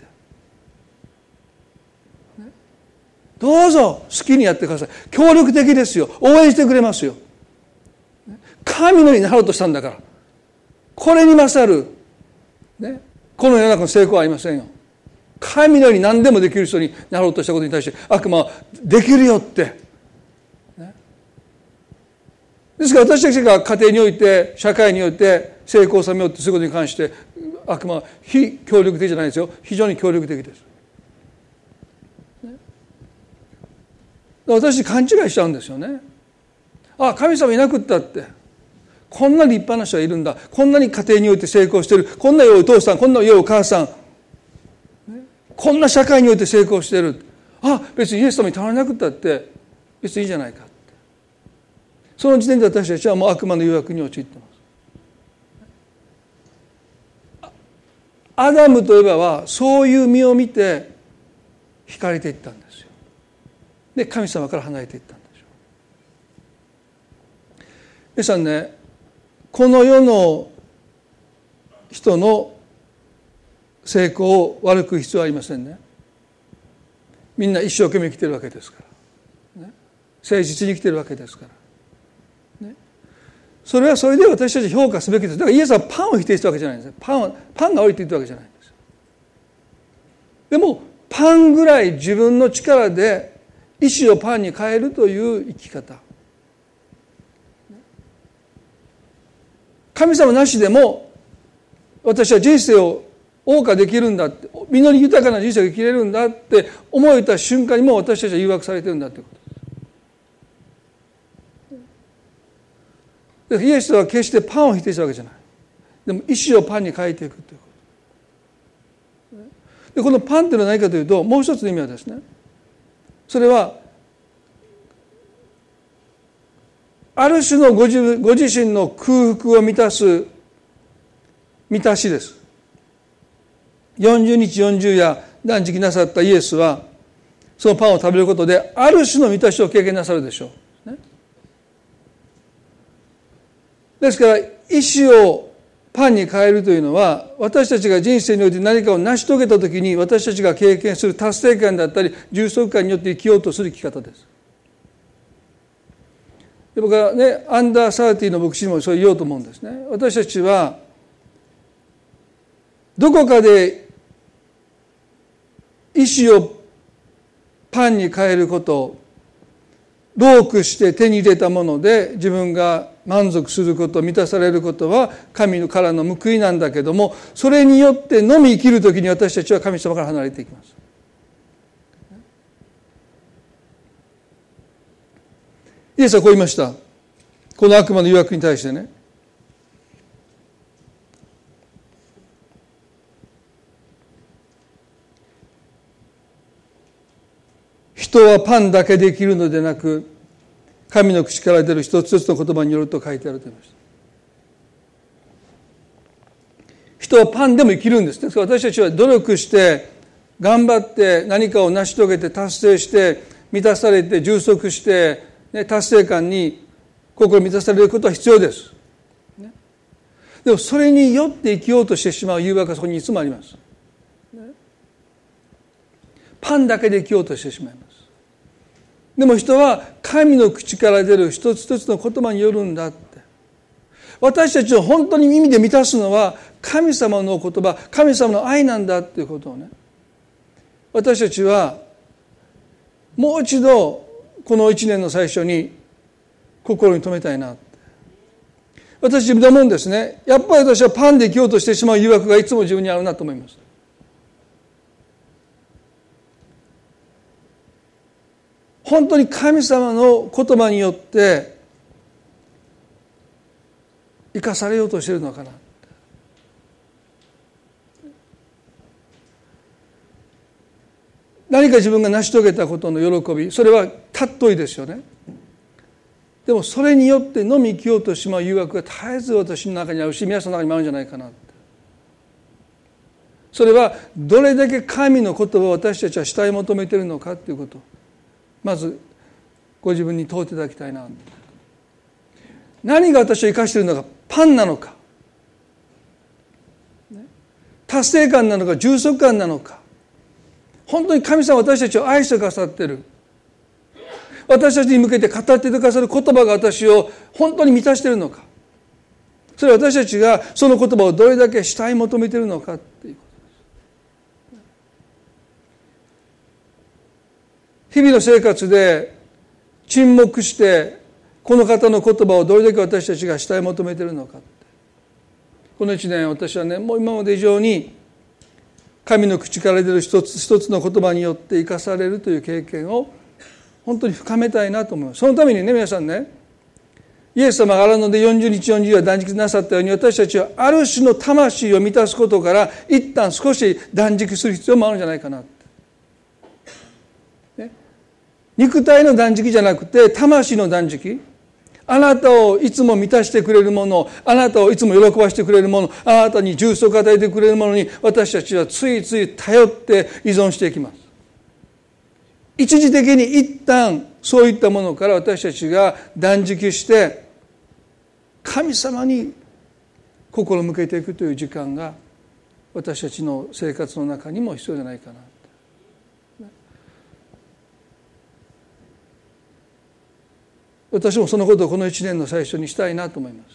どうぞ好きにやってください。協力的ですよ。応援してくれますよ。神のようになろうとしたんだから、これに勝る、ね、この世の中の成功はありませんよ。神のように何でもできる人になろうとしたことに対して悪魔はできるよって、ね、ですから私たちが家庭において社会において成功を収めようとすることに関して悪魔は非協力的じゃないですよ。非常に協力的です、ね、私勘違いしちゃうんですよね。あ、神様いなくったって、こんな立派な人がいるんだ、こんなに家庭において成功している、こんな良いお父さん、こんな良いお母さん、こんな社会において成功している、あ、別にイエス様に頼らなくったって別にいいじゃないかって、その時点で私たちはもう悪魔の誘惑に陥ってます。アダムとエバはそういう実を見て惹かれていったんですよ。で神様から離れていったんでしょう。皆さんね、この世の人の成功を悪く必要はありませんね。みんな一生懸命生きてるわけですから、ね、誠実に生きてるわけですから、ね、それはそれで私たち評価すべきです。だからイエスはパンを否定したわけじゃないんです。パンが悪いって言ったわけじゃないんです。でもパンぐらい自分の力で意志をパンに変えるという生き方、神様なしでも私は人生を謳歌できるんだって、実り豊かな人生が生きれるんだって思えた瞬間にもう私たちは誘惑されてるんだということです。イエスは決してパンを否定したわけじゃない。でも意志をパンに変えていくということ。でこのパンというのは何かというと、もう一つの意味はですね、それはある種のご自身の空腹を満たしです。40日40夜断食なさったイエスはそのパンを食べることである種の満たしを経験なさるでしょう、ね、ですから意志をパンに変えるというのは、私たちが人生において何かを成し遂げたときに私たちが経験する達成感だったり充足感によって生きようとする生き方です。で、僕はね、アンダー30の牧師にもそう言おうと思うんですね。私たちはどこかで意志をパンに変えること、労苦して手に入れたもので自分が満足すること、満たされることは神からの報いなんだけども、それによってのみ生きるときに私たちは神様から離れていきます。イエスはこう言いました。この悪魔の誘惑に対してね。人はパンだけで生きるのでなく、神の口から出る一つ一つの言葉によると書いてあると言いました。人はパンでも生きるんですね。私たちは努力して頑張って何かを成し遂げて達成して満たされて充足して、ね、達成感に心満たされることは必要です、ね、でもそれによって生きようとしてしまう誘惑がそこにいつもあります、ね、パンだけで生きようとしてしまいます。でも人は神の口から出る一つ一つの言葉によるんだって。私たちを本当に意味で満たすのは神様の言葉、神様の愛なんだっていうことをね、私たちはもう一度この一年の最初に心に留めたいなって。私自分で思うんですね。やっぱり私はパンで生きようとしてしまう誘惑がいつも自分にあるなと思います。本当に神様の言葉によって生かされようとしているのかな。何か自分が成し遂げたことの喜び、それは尊いですよね。でもそれによってのみ生きようとしてしまう誘惑が絶えず私の中にあるし、皆さんの中にもあるんじゃないかな。それはどれだけ神の言葉を私たちは慕い求めているのかということ、まずご自分に問うていただきたいな。何が私を生かしているのか、パンなのか、達成感なのか、充足感なのか、本当に神様は私たちを愛してくださっている、私たちに向けて語ってくださる言葉が私を本当に満たしているのか、それは私たちがその言葉をどれだけ慕い求めているのかということです。日々の生活で沈黙してこの方の言葉をどれだけ私たちが慕い求めているのか。この1年私はね、もう今まで以上に神の口から出る一つ一つの言葉によって生かされるという経験を本当に深めたいなと思います。そのためにね、皆さんね、イエス様が荒野で40日40夜断食なさったように、私たちはある種の魂を満たすことから一旦少し断食する必要もあるんじゃないかなって、ね、肉体の断食じゃなくて魂の断食、あなたをいつも満たしてくれるもの、あなたをいつも喜ばしてくれるもの、あなたに充足を与えてくれるものに私たちはついつい頼って依存していきます。一時的に一旦そういったものから私たちが断食して神様に心を向けていくという時間が私たちの生活の中にも必要じゃないかな。私もそのことをこの1年の最初にしたいなと思います。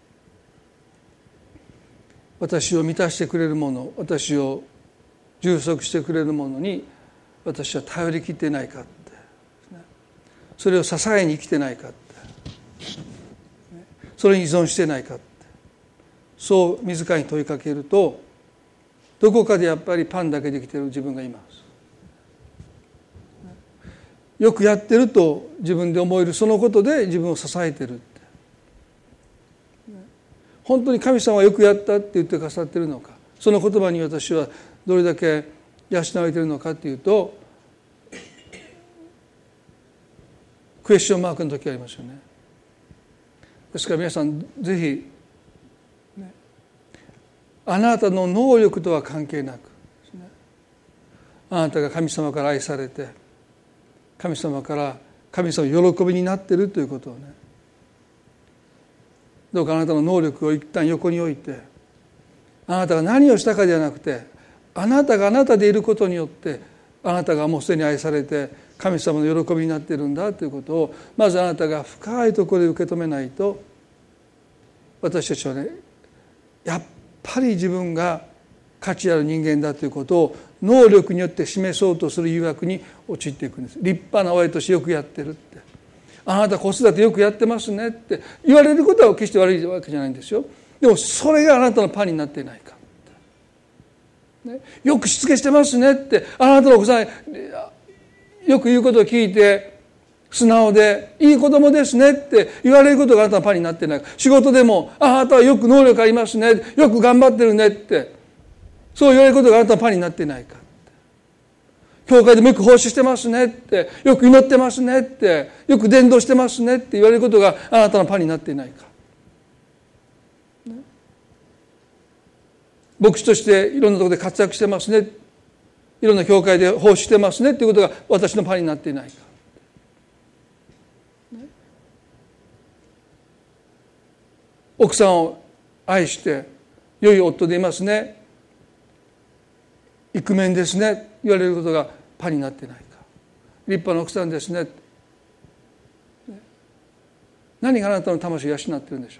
私を満たしてくれるもの、私を充足してくれるものに私は頼り切っていないかって、それを支えに生きてないかって、それに依存してないかって、そう自らに問いかけると、どこかでやっぱりパンだけで生きている自分がいます。よくやってると自分で思えるそのことで自分を支えてるって、本当に神様はよくやったって言ってくださってるのか、その言葉に私はどれだけ養われているのかっていうと、クエスチョンマークの時ありますよね。ですから皆さんぜひ、あなたの能力とは関係なく、あなたが神様から愛されて、神様の喜びになっているということをね、どうかあなたの能力を一旦横に置いて、 あなたが何をしたかではなくて、あなたがあなたでいることによってあなたがもうすでに愛されて神様の喜びになっているんだということをまずあなたが深いところで受け止めないと、私たちはね、やっぱり自分が価値ある人間だということを能力によって示そうとする誘惑に陥っていくんです。立派な親としてよくやってるって、あなた子育てよくやってますねって言われることは決して悪いわけじゃないんですよ。でもそれがあなたのパンになっていないか、ね、よくしつけしてますねって、あなたのお子さんよく言うことを聞いて素直でいい子供ですねって言われることがあなたのパンになっていないか。仕事でもあなたはよく能力ありますね、よく頑張ってるねってそう言われることがあなたのパンになっていないか。教会でもよく奉仕してますねって、よく祈ってますねって、よく伝道してますねって言われることがあなたのパンになっていないか。牧師としていろんなところで活躍してますね、いろんな教会で奉仕してますねっていうことが私のパンになっていないか。奥さんを愛して良い夫でいますね、イクメンですね言われることがパンになっていないか。立派な奥さんですね、何があなたの魂を養っているんでしょ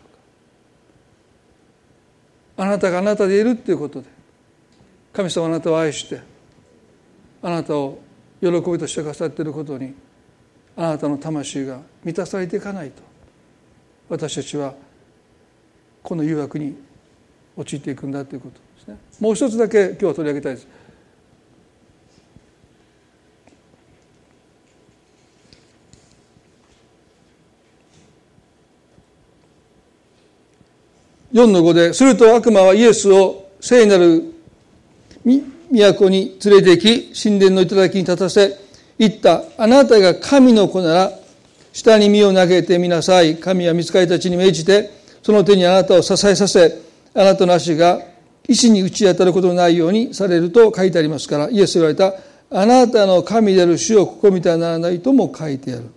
うか。あなたがあなたでいるということで神様はあなたを愛してあなたを喜びとしてくださっていることにあなたの魂が満たされていかないと、私たちはこの誘惑に陥っていくんだということですね。もう一つだけ今日は取り上げたいです。4-5ですると悪魔はイエスを聖なる都に連れて行き神殿の頂に立たせ言った。あなたが神の子なら下に身を投げてみなさい。神は御使いたちに命じてその手にあなたを支えさせ、あなたの足が石に打ち当たることのないようにされると書いてありますから、イエスが言われた。あなたの神である主を試みてはならないとも書いてある。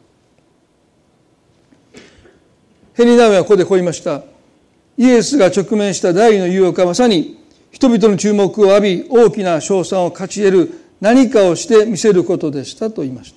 ヘリナウェはここでこう言いました。イエスが直面した第二の誘惑はまさに人々の注目を浴び大きな称賛を勝ち得る何かをして見せることでしたと言いました。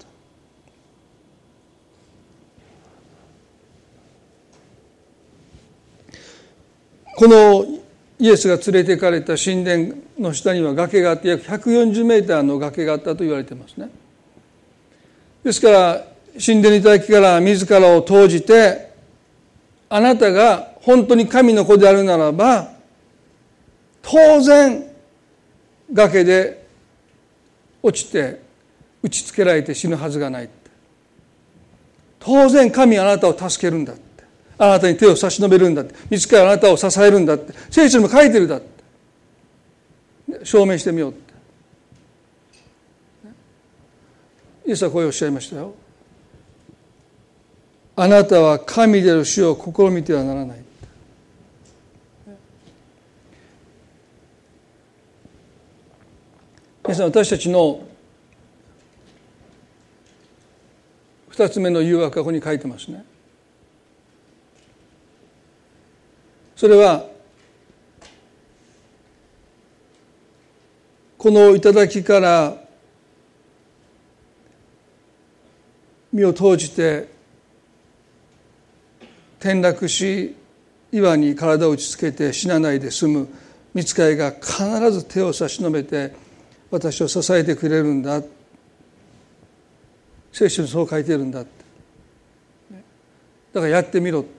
このイエスが連れて行かれた神殿の下には崖があって約140メーターの崖があったと言われていますね。ですから神殿の頂から自らを投じて、あなたが本当に神の子であるならば当然崖で落ちて打ちつけられて死ぬはずがない。当然神はあなたを助けるんだって、あなたに手を差し伸べるんだって、自らあなたを支えるんだって聖書にも書いてるだって、証明してみようって。イエスはこうおっしゃいましたよ。あなたは神である主を試みてはならない。皆さん、私たちの2つ目の誘惑がここに書いてますね。それはこの頂から身を投じて転落し岩に体を打ちつけて死なないで済む御使いが必ず手を差し伸べて私を支えてくれるんだ、聖書にそう書いてるんだって。だからやってみろって。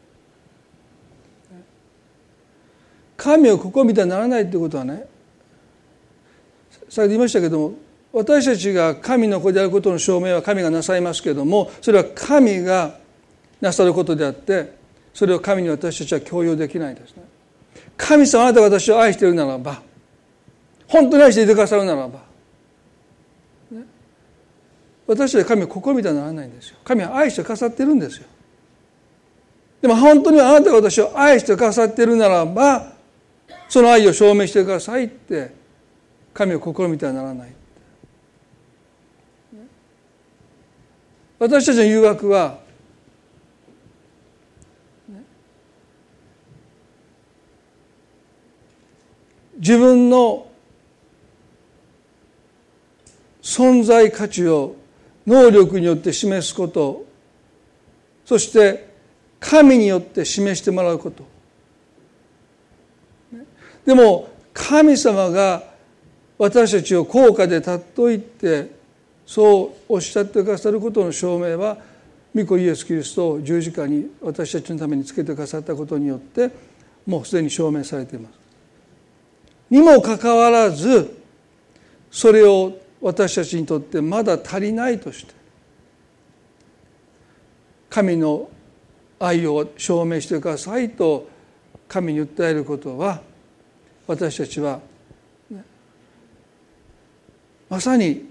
神を試みてはならないということはね、先ほど言いましたけども、私たちが神の子であることの証明は神がなさいますけれども、それは神がなさることであって、それを神に私たちは強要できないですね。神様あなたが私を愛しているならば、本当に愛していてくださるならば、ね、私たちは神を試みてはならないんですよ。神は愛してくださっているんですよ。でも本当にあなたが私を愛してくださっているならば、その愛を証明してくださいって神を試みてはならない。私たちの誘惑は存在価値を能力によって示すこと、そして神によって示してもらうこと。でも神様が私たちを高価で尊いってそうおっしゃってくださることの証明は、御子イエス・キリストを十字架に私たちのためにつけてくださったことによってもうすでに証明されています。にもかかわらず、それを私たちにとってまだ足りないとして神の愛を証明してくださいと神に訴えることは、私たちはまさに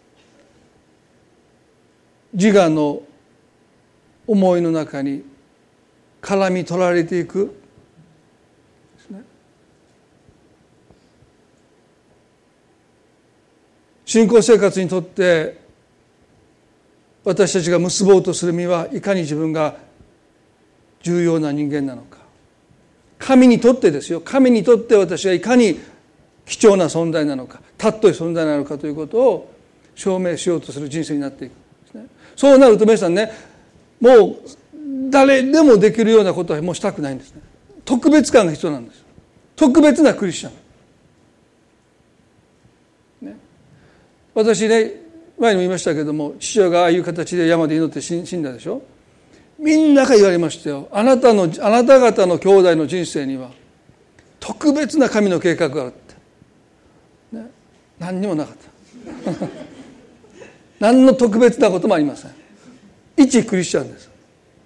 自我の思いの中に絡み取られていくですね。信仰生活にとって私たちが結ぼうとする実はいかに自分が重要な人間なのか、神にとってですよ、神にとって私がいかに貴重な存在なのか、尊い存在なのかということを証明しようとする人生になっていくんですね。そうなると皆さんね、もう誰でもできるようなことはもうしたくないんですね。特別感が必要なんです。特別なクリスチャン、ね、私ね、前にも言いましたけども、父親がああいう形で山で祈って死んだでしょ。みんなが言われましたよ。あなた方の兄弟の人生には特別な神の計画があるって、ね、何にもなかった何の特別なこともありません。一クリスチャンです、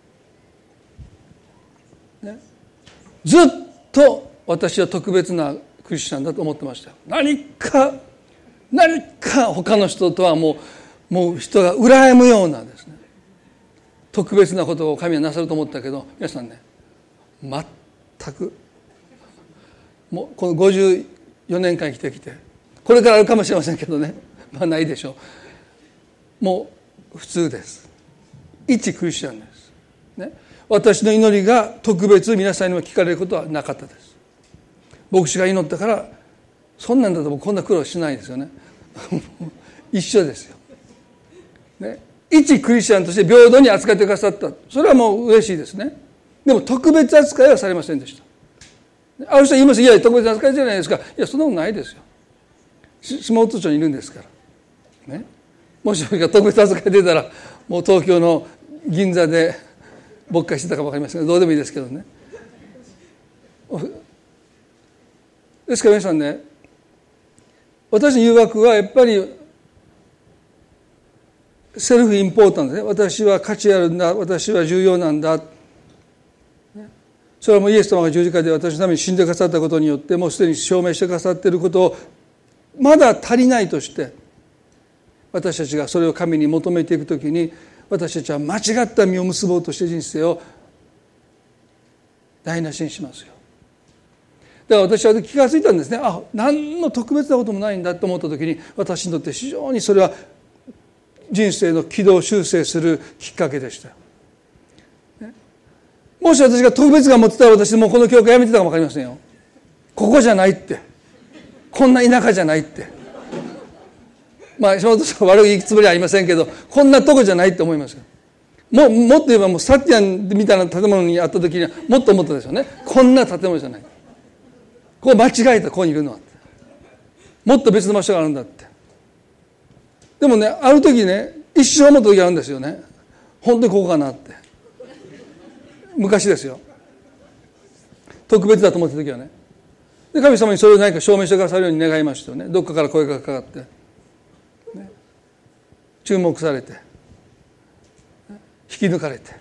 ね、ずっと私は特別なクリスチャンだと思ってましたよ。何か他の人とはもう人が羨むようなですね、特別なことを神はなさると思ったけど、皆さんね、全くもうこの54年間生きてきて、これからあるかもしれませんけどね、まあないでしょう。もう普通です。一クリスチャンです、ね、私の祈りが特別皆さんにも聞かれることはなかったです。牧師が祈ったからそんなんだとこんな苦労しないですよね一緒ですよ、ね、一クリスチャンとして平等に扱ってくださった、それはもう嬉しいですね。でも特別扱いはされませんでした。ある人は言います。いや特別扱いじゃないですか。いやそんなことないですよ。下津町にいるんですから、ね、もし特別扱い出たらもう東京の銀座で牧会してたかも分かりませんけど、どうでもいいですけどね。ですから皆さんね、私の誘惑はやっぱりセルフインポータントですね。私は価値あるんだ、私は重要なんだ。それはもうイエス様が十字架で私のために死んでくださったことによってもうすでに証明してくださっていることをまだ足りないとして、私たちがそれを神に求めていくときに、私たちは間違った実を結ぼうとして人生を台無しにしますよ。だから私は気がついたんですね。何の特別なこともないんだと思ったときに、私にとって非常にそれは人生の軌道修正するきっかけでした。もし私が特別感持ってたら、私もうこの教会やめてたかも分かりませんよ。ここじゃないって、こんな田舎じゃないって、まあその時は悪いつもりはありませんけど、こんなとこじゃないって思いますよ。もっと言えばもうサティアンみたいな建物にあった時にはもっと思ったでしょうね。こんな建物じゃない、ここ間違えた、ここにいるのはもっと別の場所があるんだって。でもね、ある時ね、一瞬思った時があるんですよね。本当にここかなって。昔ですよ。特別だと思った時はね。で神様にそれを何か証明してくださるように願いましたよね。どっかから声がかかって、ね、注目されて、引き抜かれて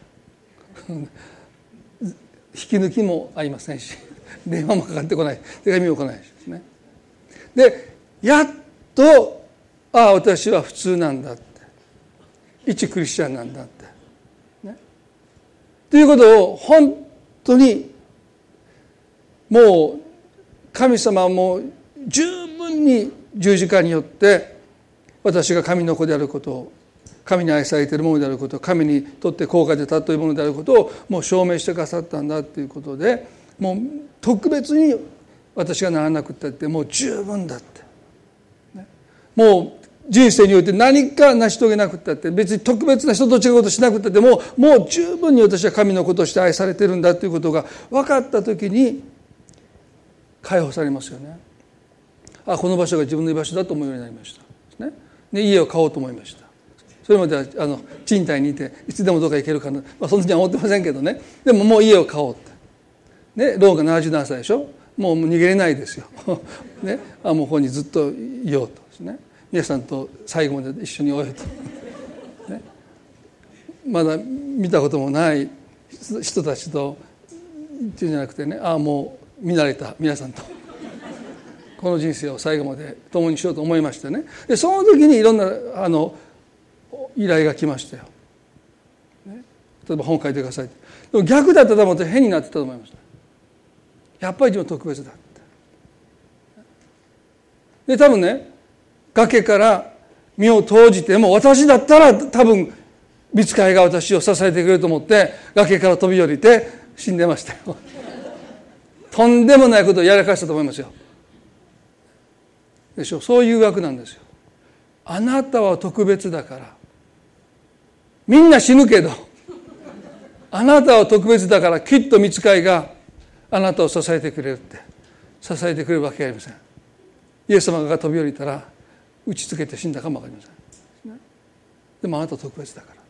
引き抜きもありませんし、電話もかかってこない、手紙も来ないしですね。でやっと私は普通なんだって、一クリスチャンなんだって、ね、ということを本当にもう神様はもう十分に十字架によって私が神の子であることを、神に愛されているものであることを、神にとって高価で尊いものであることをもう証明してくださったんだということで、もう特別に私がならなくったってもう十分だって、ね、もう人生において何か成し遂げなくったって、別に特別な人と違うことしなくったってもう十分に私は神のこととして愛されてるんだということが分かったときに解放されますよね。この場所が自分の居場所だと思うようになりました、ね、で家を買おうと思いました。それまでは賃貸にいていつでもどうか行けるかな、そんなには思ってませんけどね。でももう家を買おうって、ね、ローンが77歳でしょ。もう逃げれないですよ、ね、もうここにずっといようとですね。皆さんと最後まで一緒におようと、ね、まだ見たこともない人たちとっていうんじゃなくてね、もう見慣れた皆さんとこの人生を最後まで共にしようと思いましてね。でその時にいろんな依頼が来ましたよ、ね、例えば本書いてくださいって。でも逆だったと思って変になってたと思いました。やっぱり自分特別だって。で多分ね、崖から身を投じても私だったら多分御使いが私を支えてくれると思って崖から飛び降りて死んでましたよとんでもないことをやらかしたと思いますよ。でしょ。そういう枠なんですよ。あなたは特別だから、みんな死ぬけどあなたは特別だからきっと御使いがあなたを支えてくれるって支えてくれるわけがありません。イエス様が飛び降りたら打ちつけて死んだかもわかりません。でもあなたは特別だからって、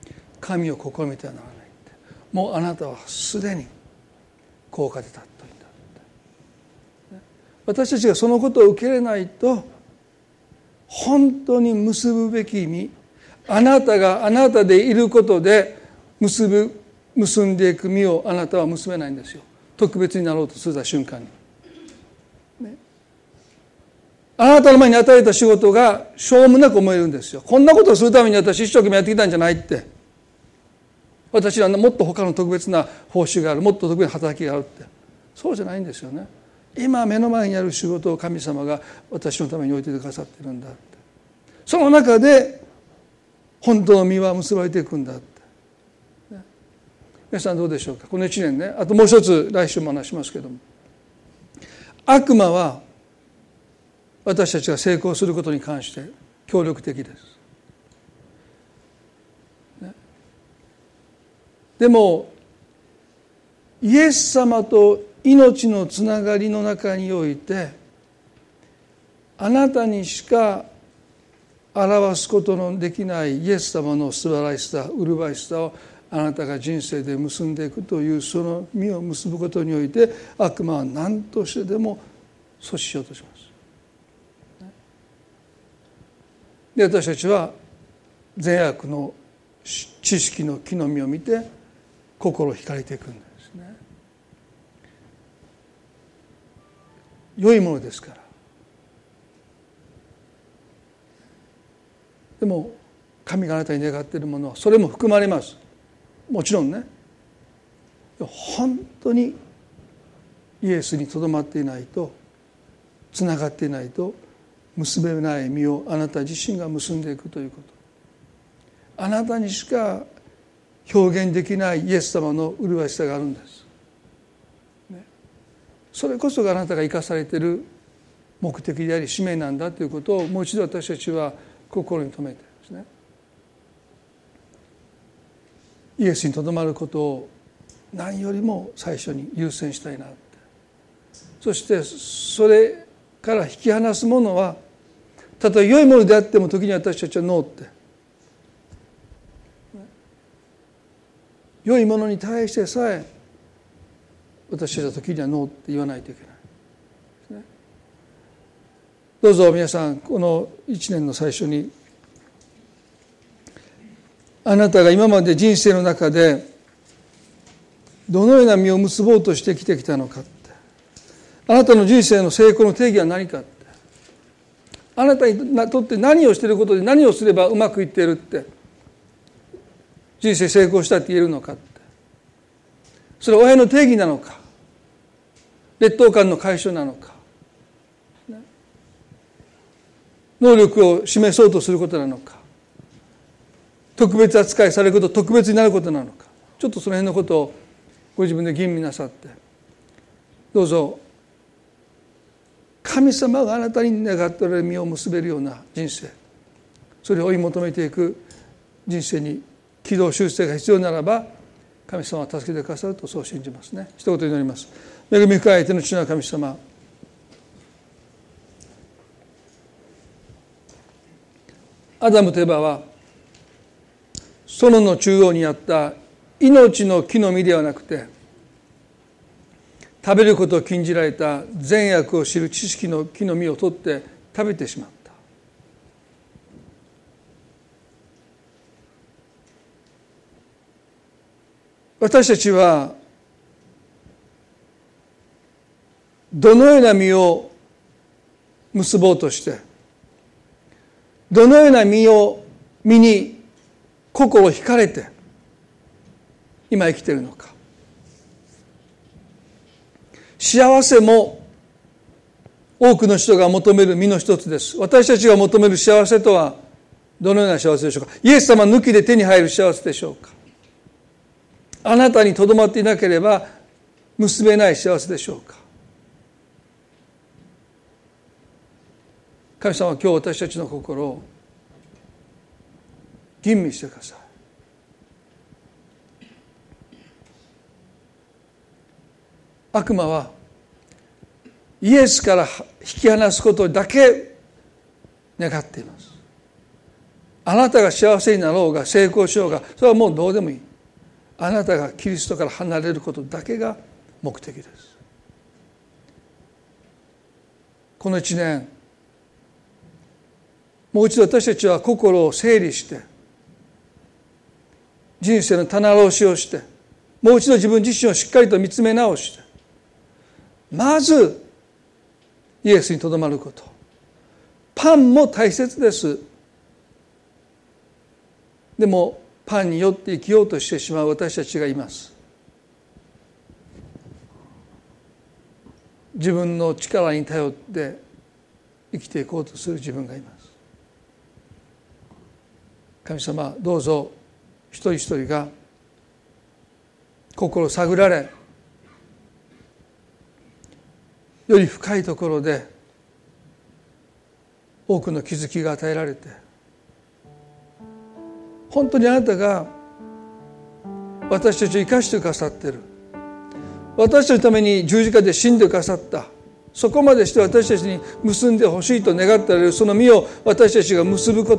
神を試みてはならないって、もうあなたはすでに高価でたっといんだって。私たちがそのことを受け入れないと、本当に結ぶべき意味、あなたがあなたでいることで結んでいく実をあなたは結べないんですよ。特別になろうとする瞬間に、ね、あなたの前に与えた仕事がしょうもなく思えるんですよ。こんなことをするために私一生懸命やってきたんじゃないって、私はもっと他の特別な報酬がある、もっと特別な働きがあるって、そうじゃないんですよね。今目の前にある仕事を神様が私のために置いてくださってるんだって、その中で本当の実は結ばれていくんだって。皆さんどうでしょうか。この1年ね、あともう一つ来週も話しますけども、悪魔は私たちが成功することに関して協力的です、ね、でもイエス様と命のつながりの中において、あなたにしか表すことのできないイエス様の素晴らしさ、麗しさをあなたが人生で結んでいくという、その実を結ぶことにおいて悪魔は何としてでも阻止しようとします。で私たちは善悪の知識の木の実を見て心惹かれていくんですね。良いものですから。でも神があなたに願っているものはそれも含まれます。もちろんね、本当にイエスにとどまっていないと、つながっていないと結べない実をあなた自身が結んでいくということ、あなたにしか表現できないイエス様の麗しさがあるんです、ね、それこそがあなたが生かされている目的であり使命なんだということをもう一度私たちは心に留めてですね、イエスにとどまることを何よりも最初に優先したいなって。そしてそれから引き離すものは、たとえ良いものであっても時に私たちはノーって、良いものに対してさえ私たちは時にはノーって言わないといけない。どうぞ皆さん、この1年の最初にあなたが今まで人生の中でどのような実を結ぼうとして生きてきたのかって、あなたの人生の成功の定義は何かって、あなたにとって何をしていることで何をすればうまくいっているって、人生成功したって言えるのかって、それは親の定義なのか、劣等感の解消なのか、能力を示そうとすることなのか、特別扱いされること、特別になることなのか、ちょっとその辺のことをご自分で吟味なさって、どうぞ神様があなたに願っておられる実を結べるような人生、それを追い求めていく人生に軌道修正が必要ならば、神様は助けてくださるとそう信じますね。一言祈ります。恵み深い天の父なる神様、アダムとエバは園の中央にあった命の木の実ではなくて、食べることを禁じられた善悪を知る知識の木の実を取って食べてしまった。私たちはどのような実を結ぼうとして、どのような実に心惹かれて今生きているのか。幸せも多くの人が求める実の一つです。私たちが求める幸せとはどのような幸せでしょうか。イエス様抜きで手に入る幸せでしょうか。あなたにとどまっていなければ結べない幸せでしょうか。神様は今日私たちの心を吟味してください。悪魔はイエスから引き離すことだけ願っています。あなたが幸せになろうが成功しようが、それはもうどうでもいい。あなたがキリストから離れることだけが目的です。この1年、もう一度私たちは心を整理して、人生の棚卸しをして、もう一度自分自身をしっかりと見つめ直して、まずイエスにとどまること。パンも大切です。でもパンによって生きようとしてしまう私たちがいます。自分の力に頼って生きていこうとする自分がいます。神様、どうぞ一人一人が心を探られ、より深いところで多くの気づきが与えられて、本当にあなたが私たちを生かしてくださっている、私たちのために十字架で死んでくださった、そこまでして私たちに結んでほしいと願っておられるその実を私たちが結ぶこと、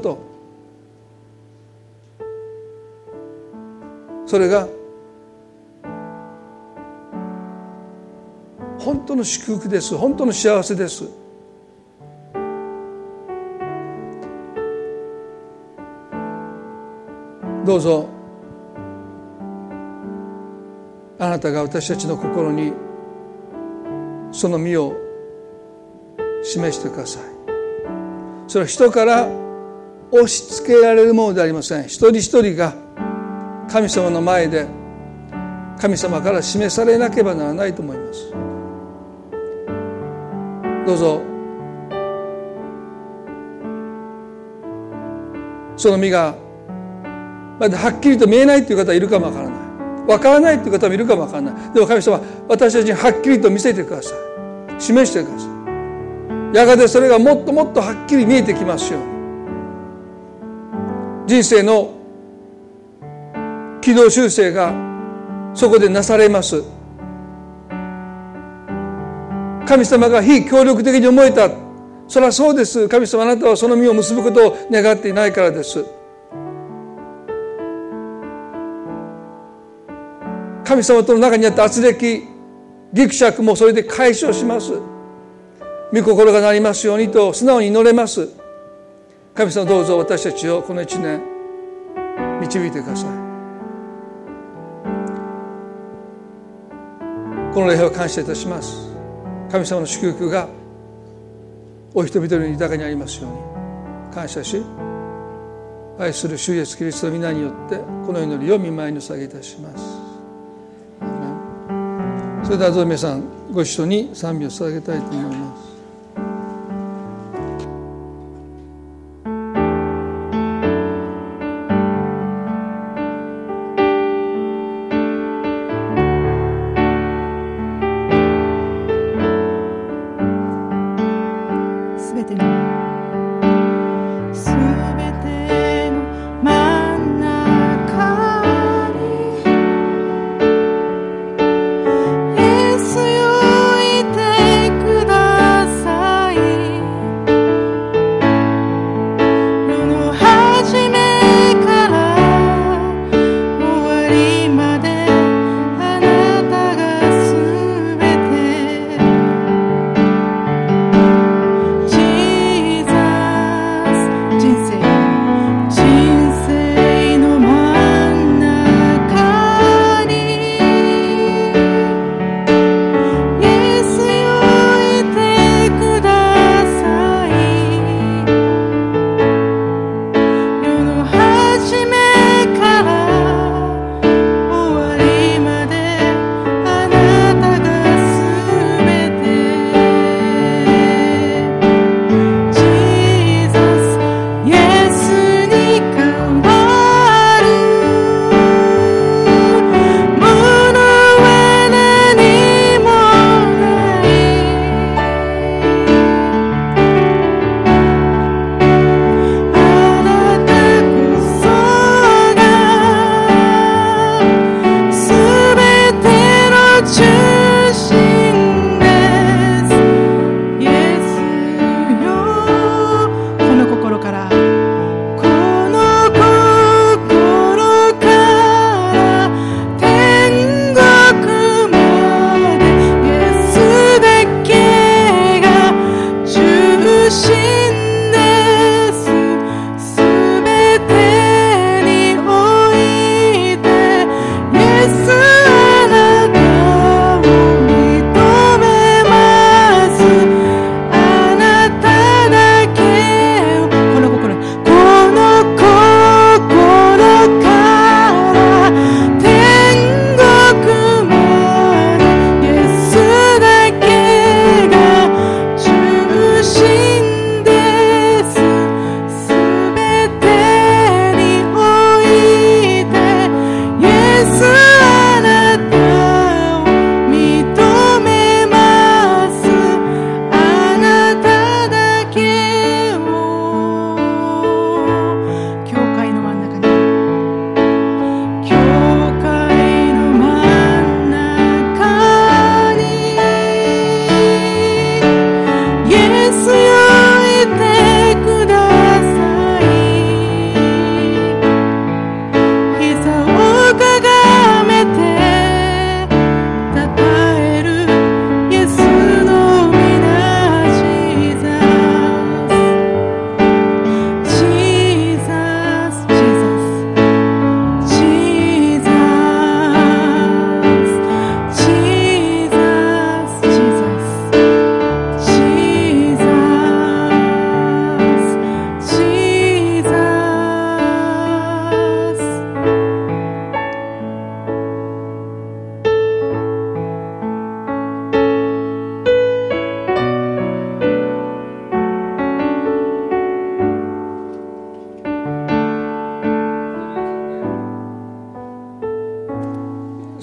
それが本当の祝福です。本当の幸せです。どうぞあなたが私たちの心にその実を示してください。それは人から押し付けられるものではありません。一人一人が神様の前で神様から示されなければならないと思います。どうぞその実がまだはっきりと見えないという方はいるかもわからない、わからないという方もいるかもわからない。でも神様、私たちにはっきりと見せてください。示してください。やがてそれがもっともっとはっきり見えてきますように、人生の軌道修正がそこでなされます。神様が非協力的に思えた、それはそうです。神様、あなたはその実を結ぶことを願っていないからです。神様との中にあった軋轢、ぎくしゃくもそれで解消します。御心がなりますようにと素直に祈れます。神様、どうぞ私たちをこの1年導いてください。この礼拝を感謝いたします。神様の祝福がお人々に豊かにありますように感謝し、愛する主イエスキリストの皆によってこの祈りを御前に捧げいたします。それではどうぞ皆さんご一緒に賛美を捧げたいと思います。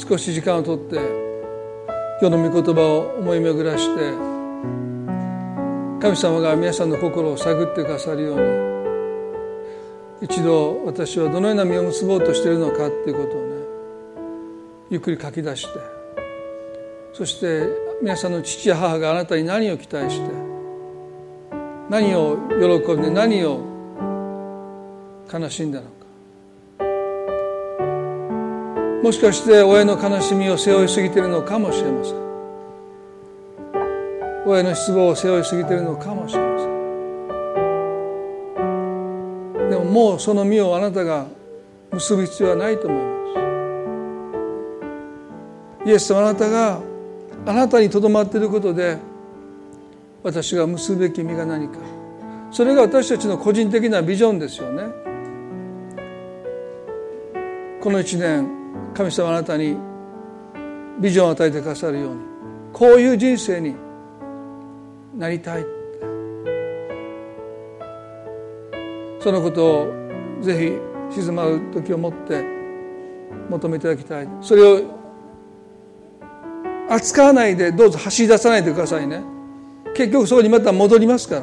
少し時間をとって今日の御言葉を思い巡らして、神様が皆さんの心を探ってくださるように、一度私はどのような実を結ぼうとしているのかということをね、ゆっくり書き出して、そして皆さんの父や母があなたに何を期待して、何を喜んで何を悲しんだのか。もしかして親の悲しみを背負いすぎているのかもしれません。親の失望を背負いすぎているのかもしれません。でももうその実をあなたが結ぶ必要はないと思います。イエス様、あなたがあなたにとどまっていることで、私が結ぶべき実が何か、それが私たちの個人的なビジョンですよね。この1年、神様、あなたにビジョンを与えてくださるように、こういう人生になりたい、そのことをぜひ静まる時をもって求めていただきたい。それを扱わないで、どうぞ走り出さないでくださいね。結局そこにまた戻りますから。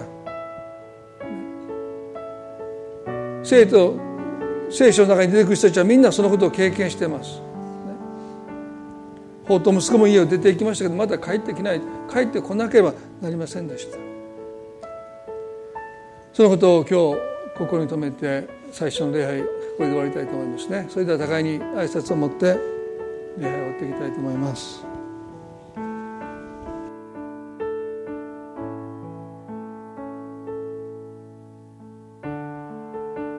聖書の中に出てくる人たちはみんなそのことを経験しています。法と息子も家を出て行きましたけど、まだ帰ってきない、帰ってこなければなりませんでした。そのことを今日心に留めて、最初の礼拝これで終わりたいと思いますね。それでは互いに挨拶を持って礼拝を終わっていきたいと思います。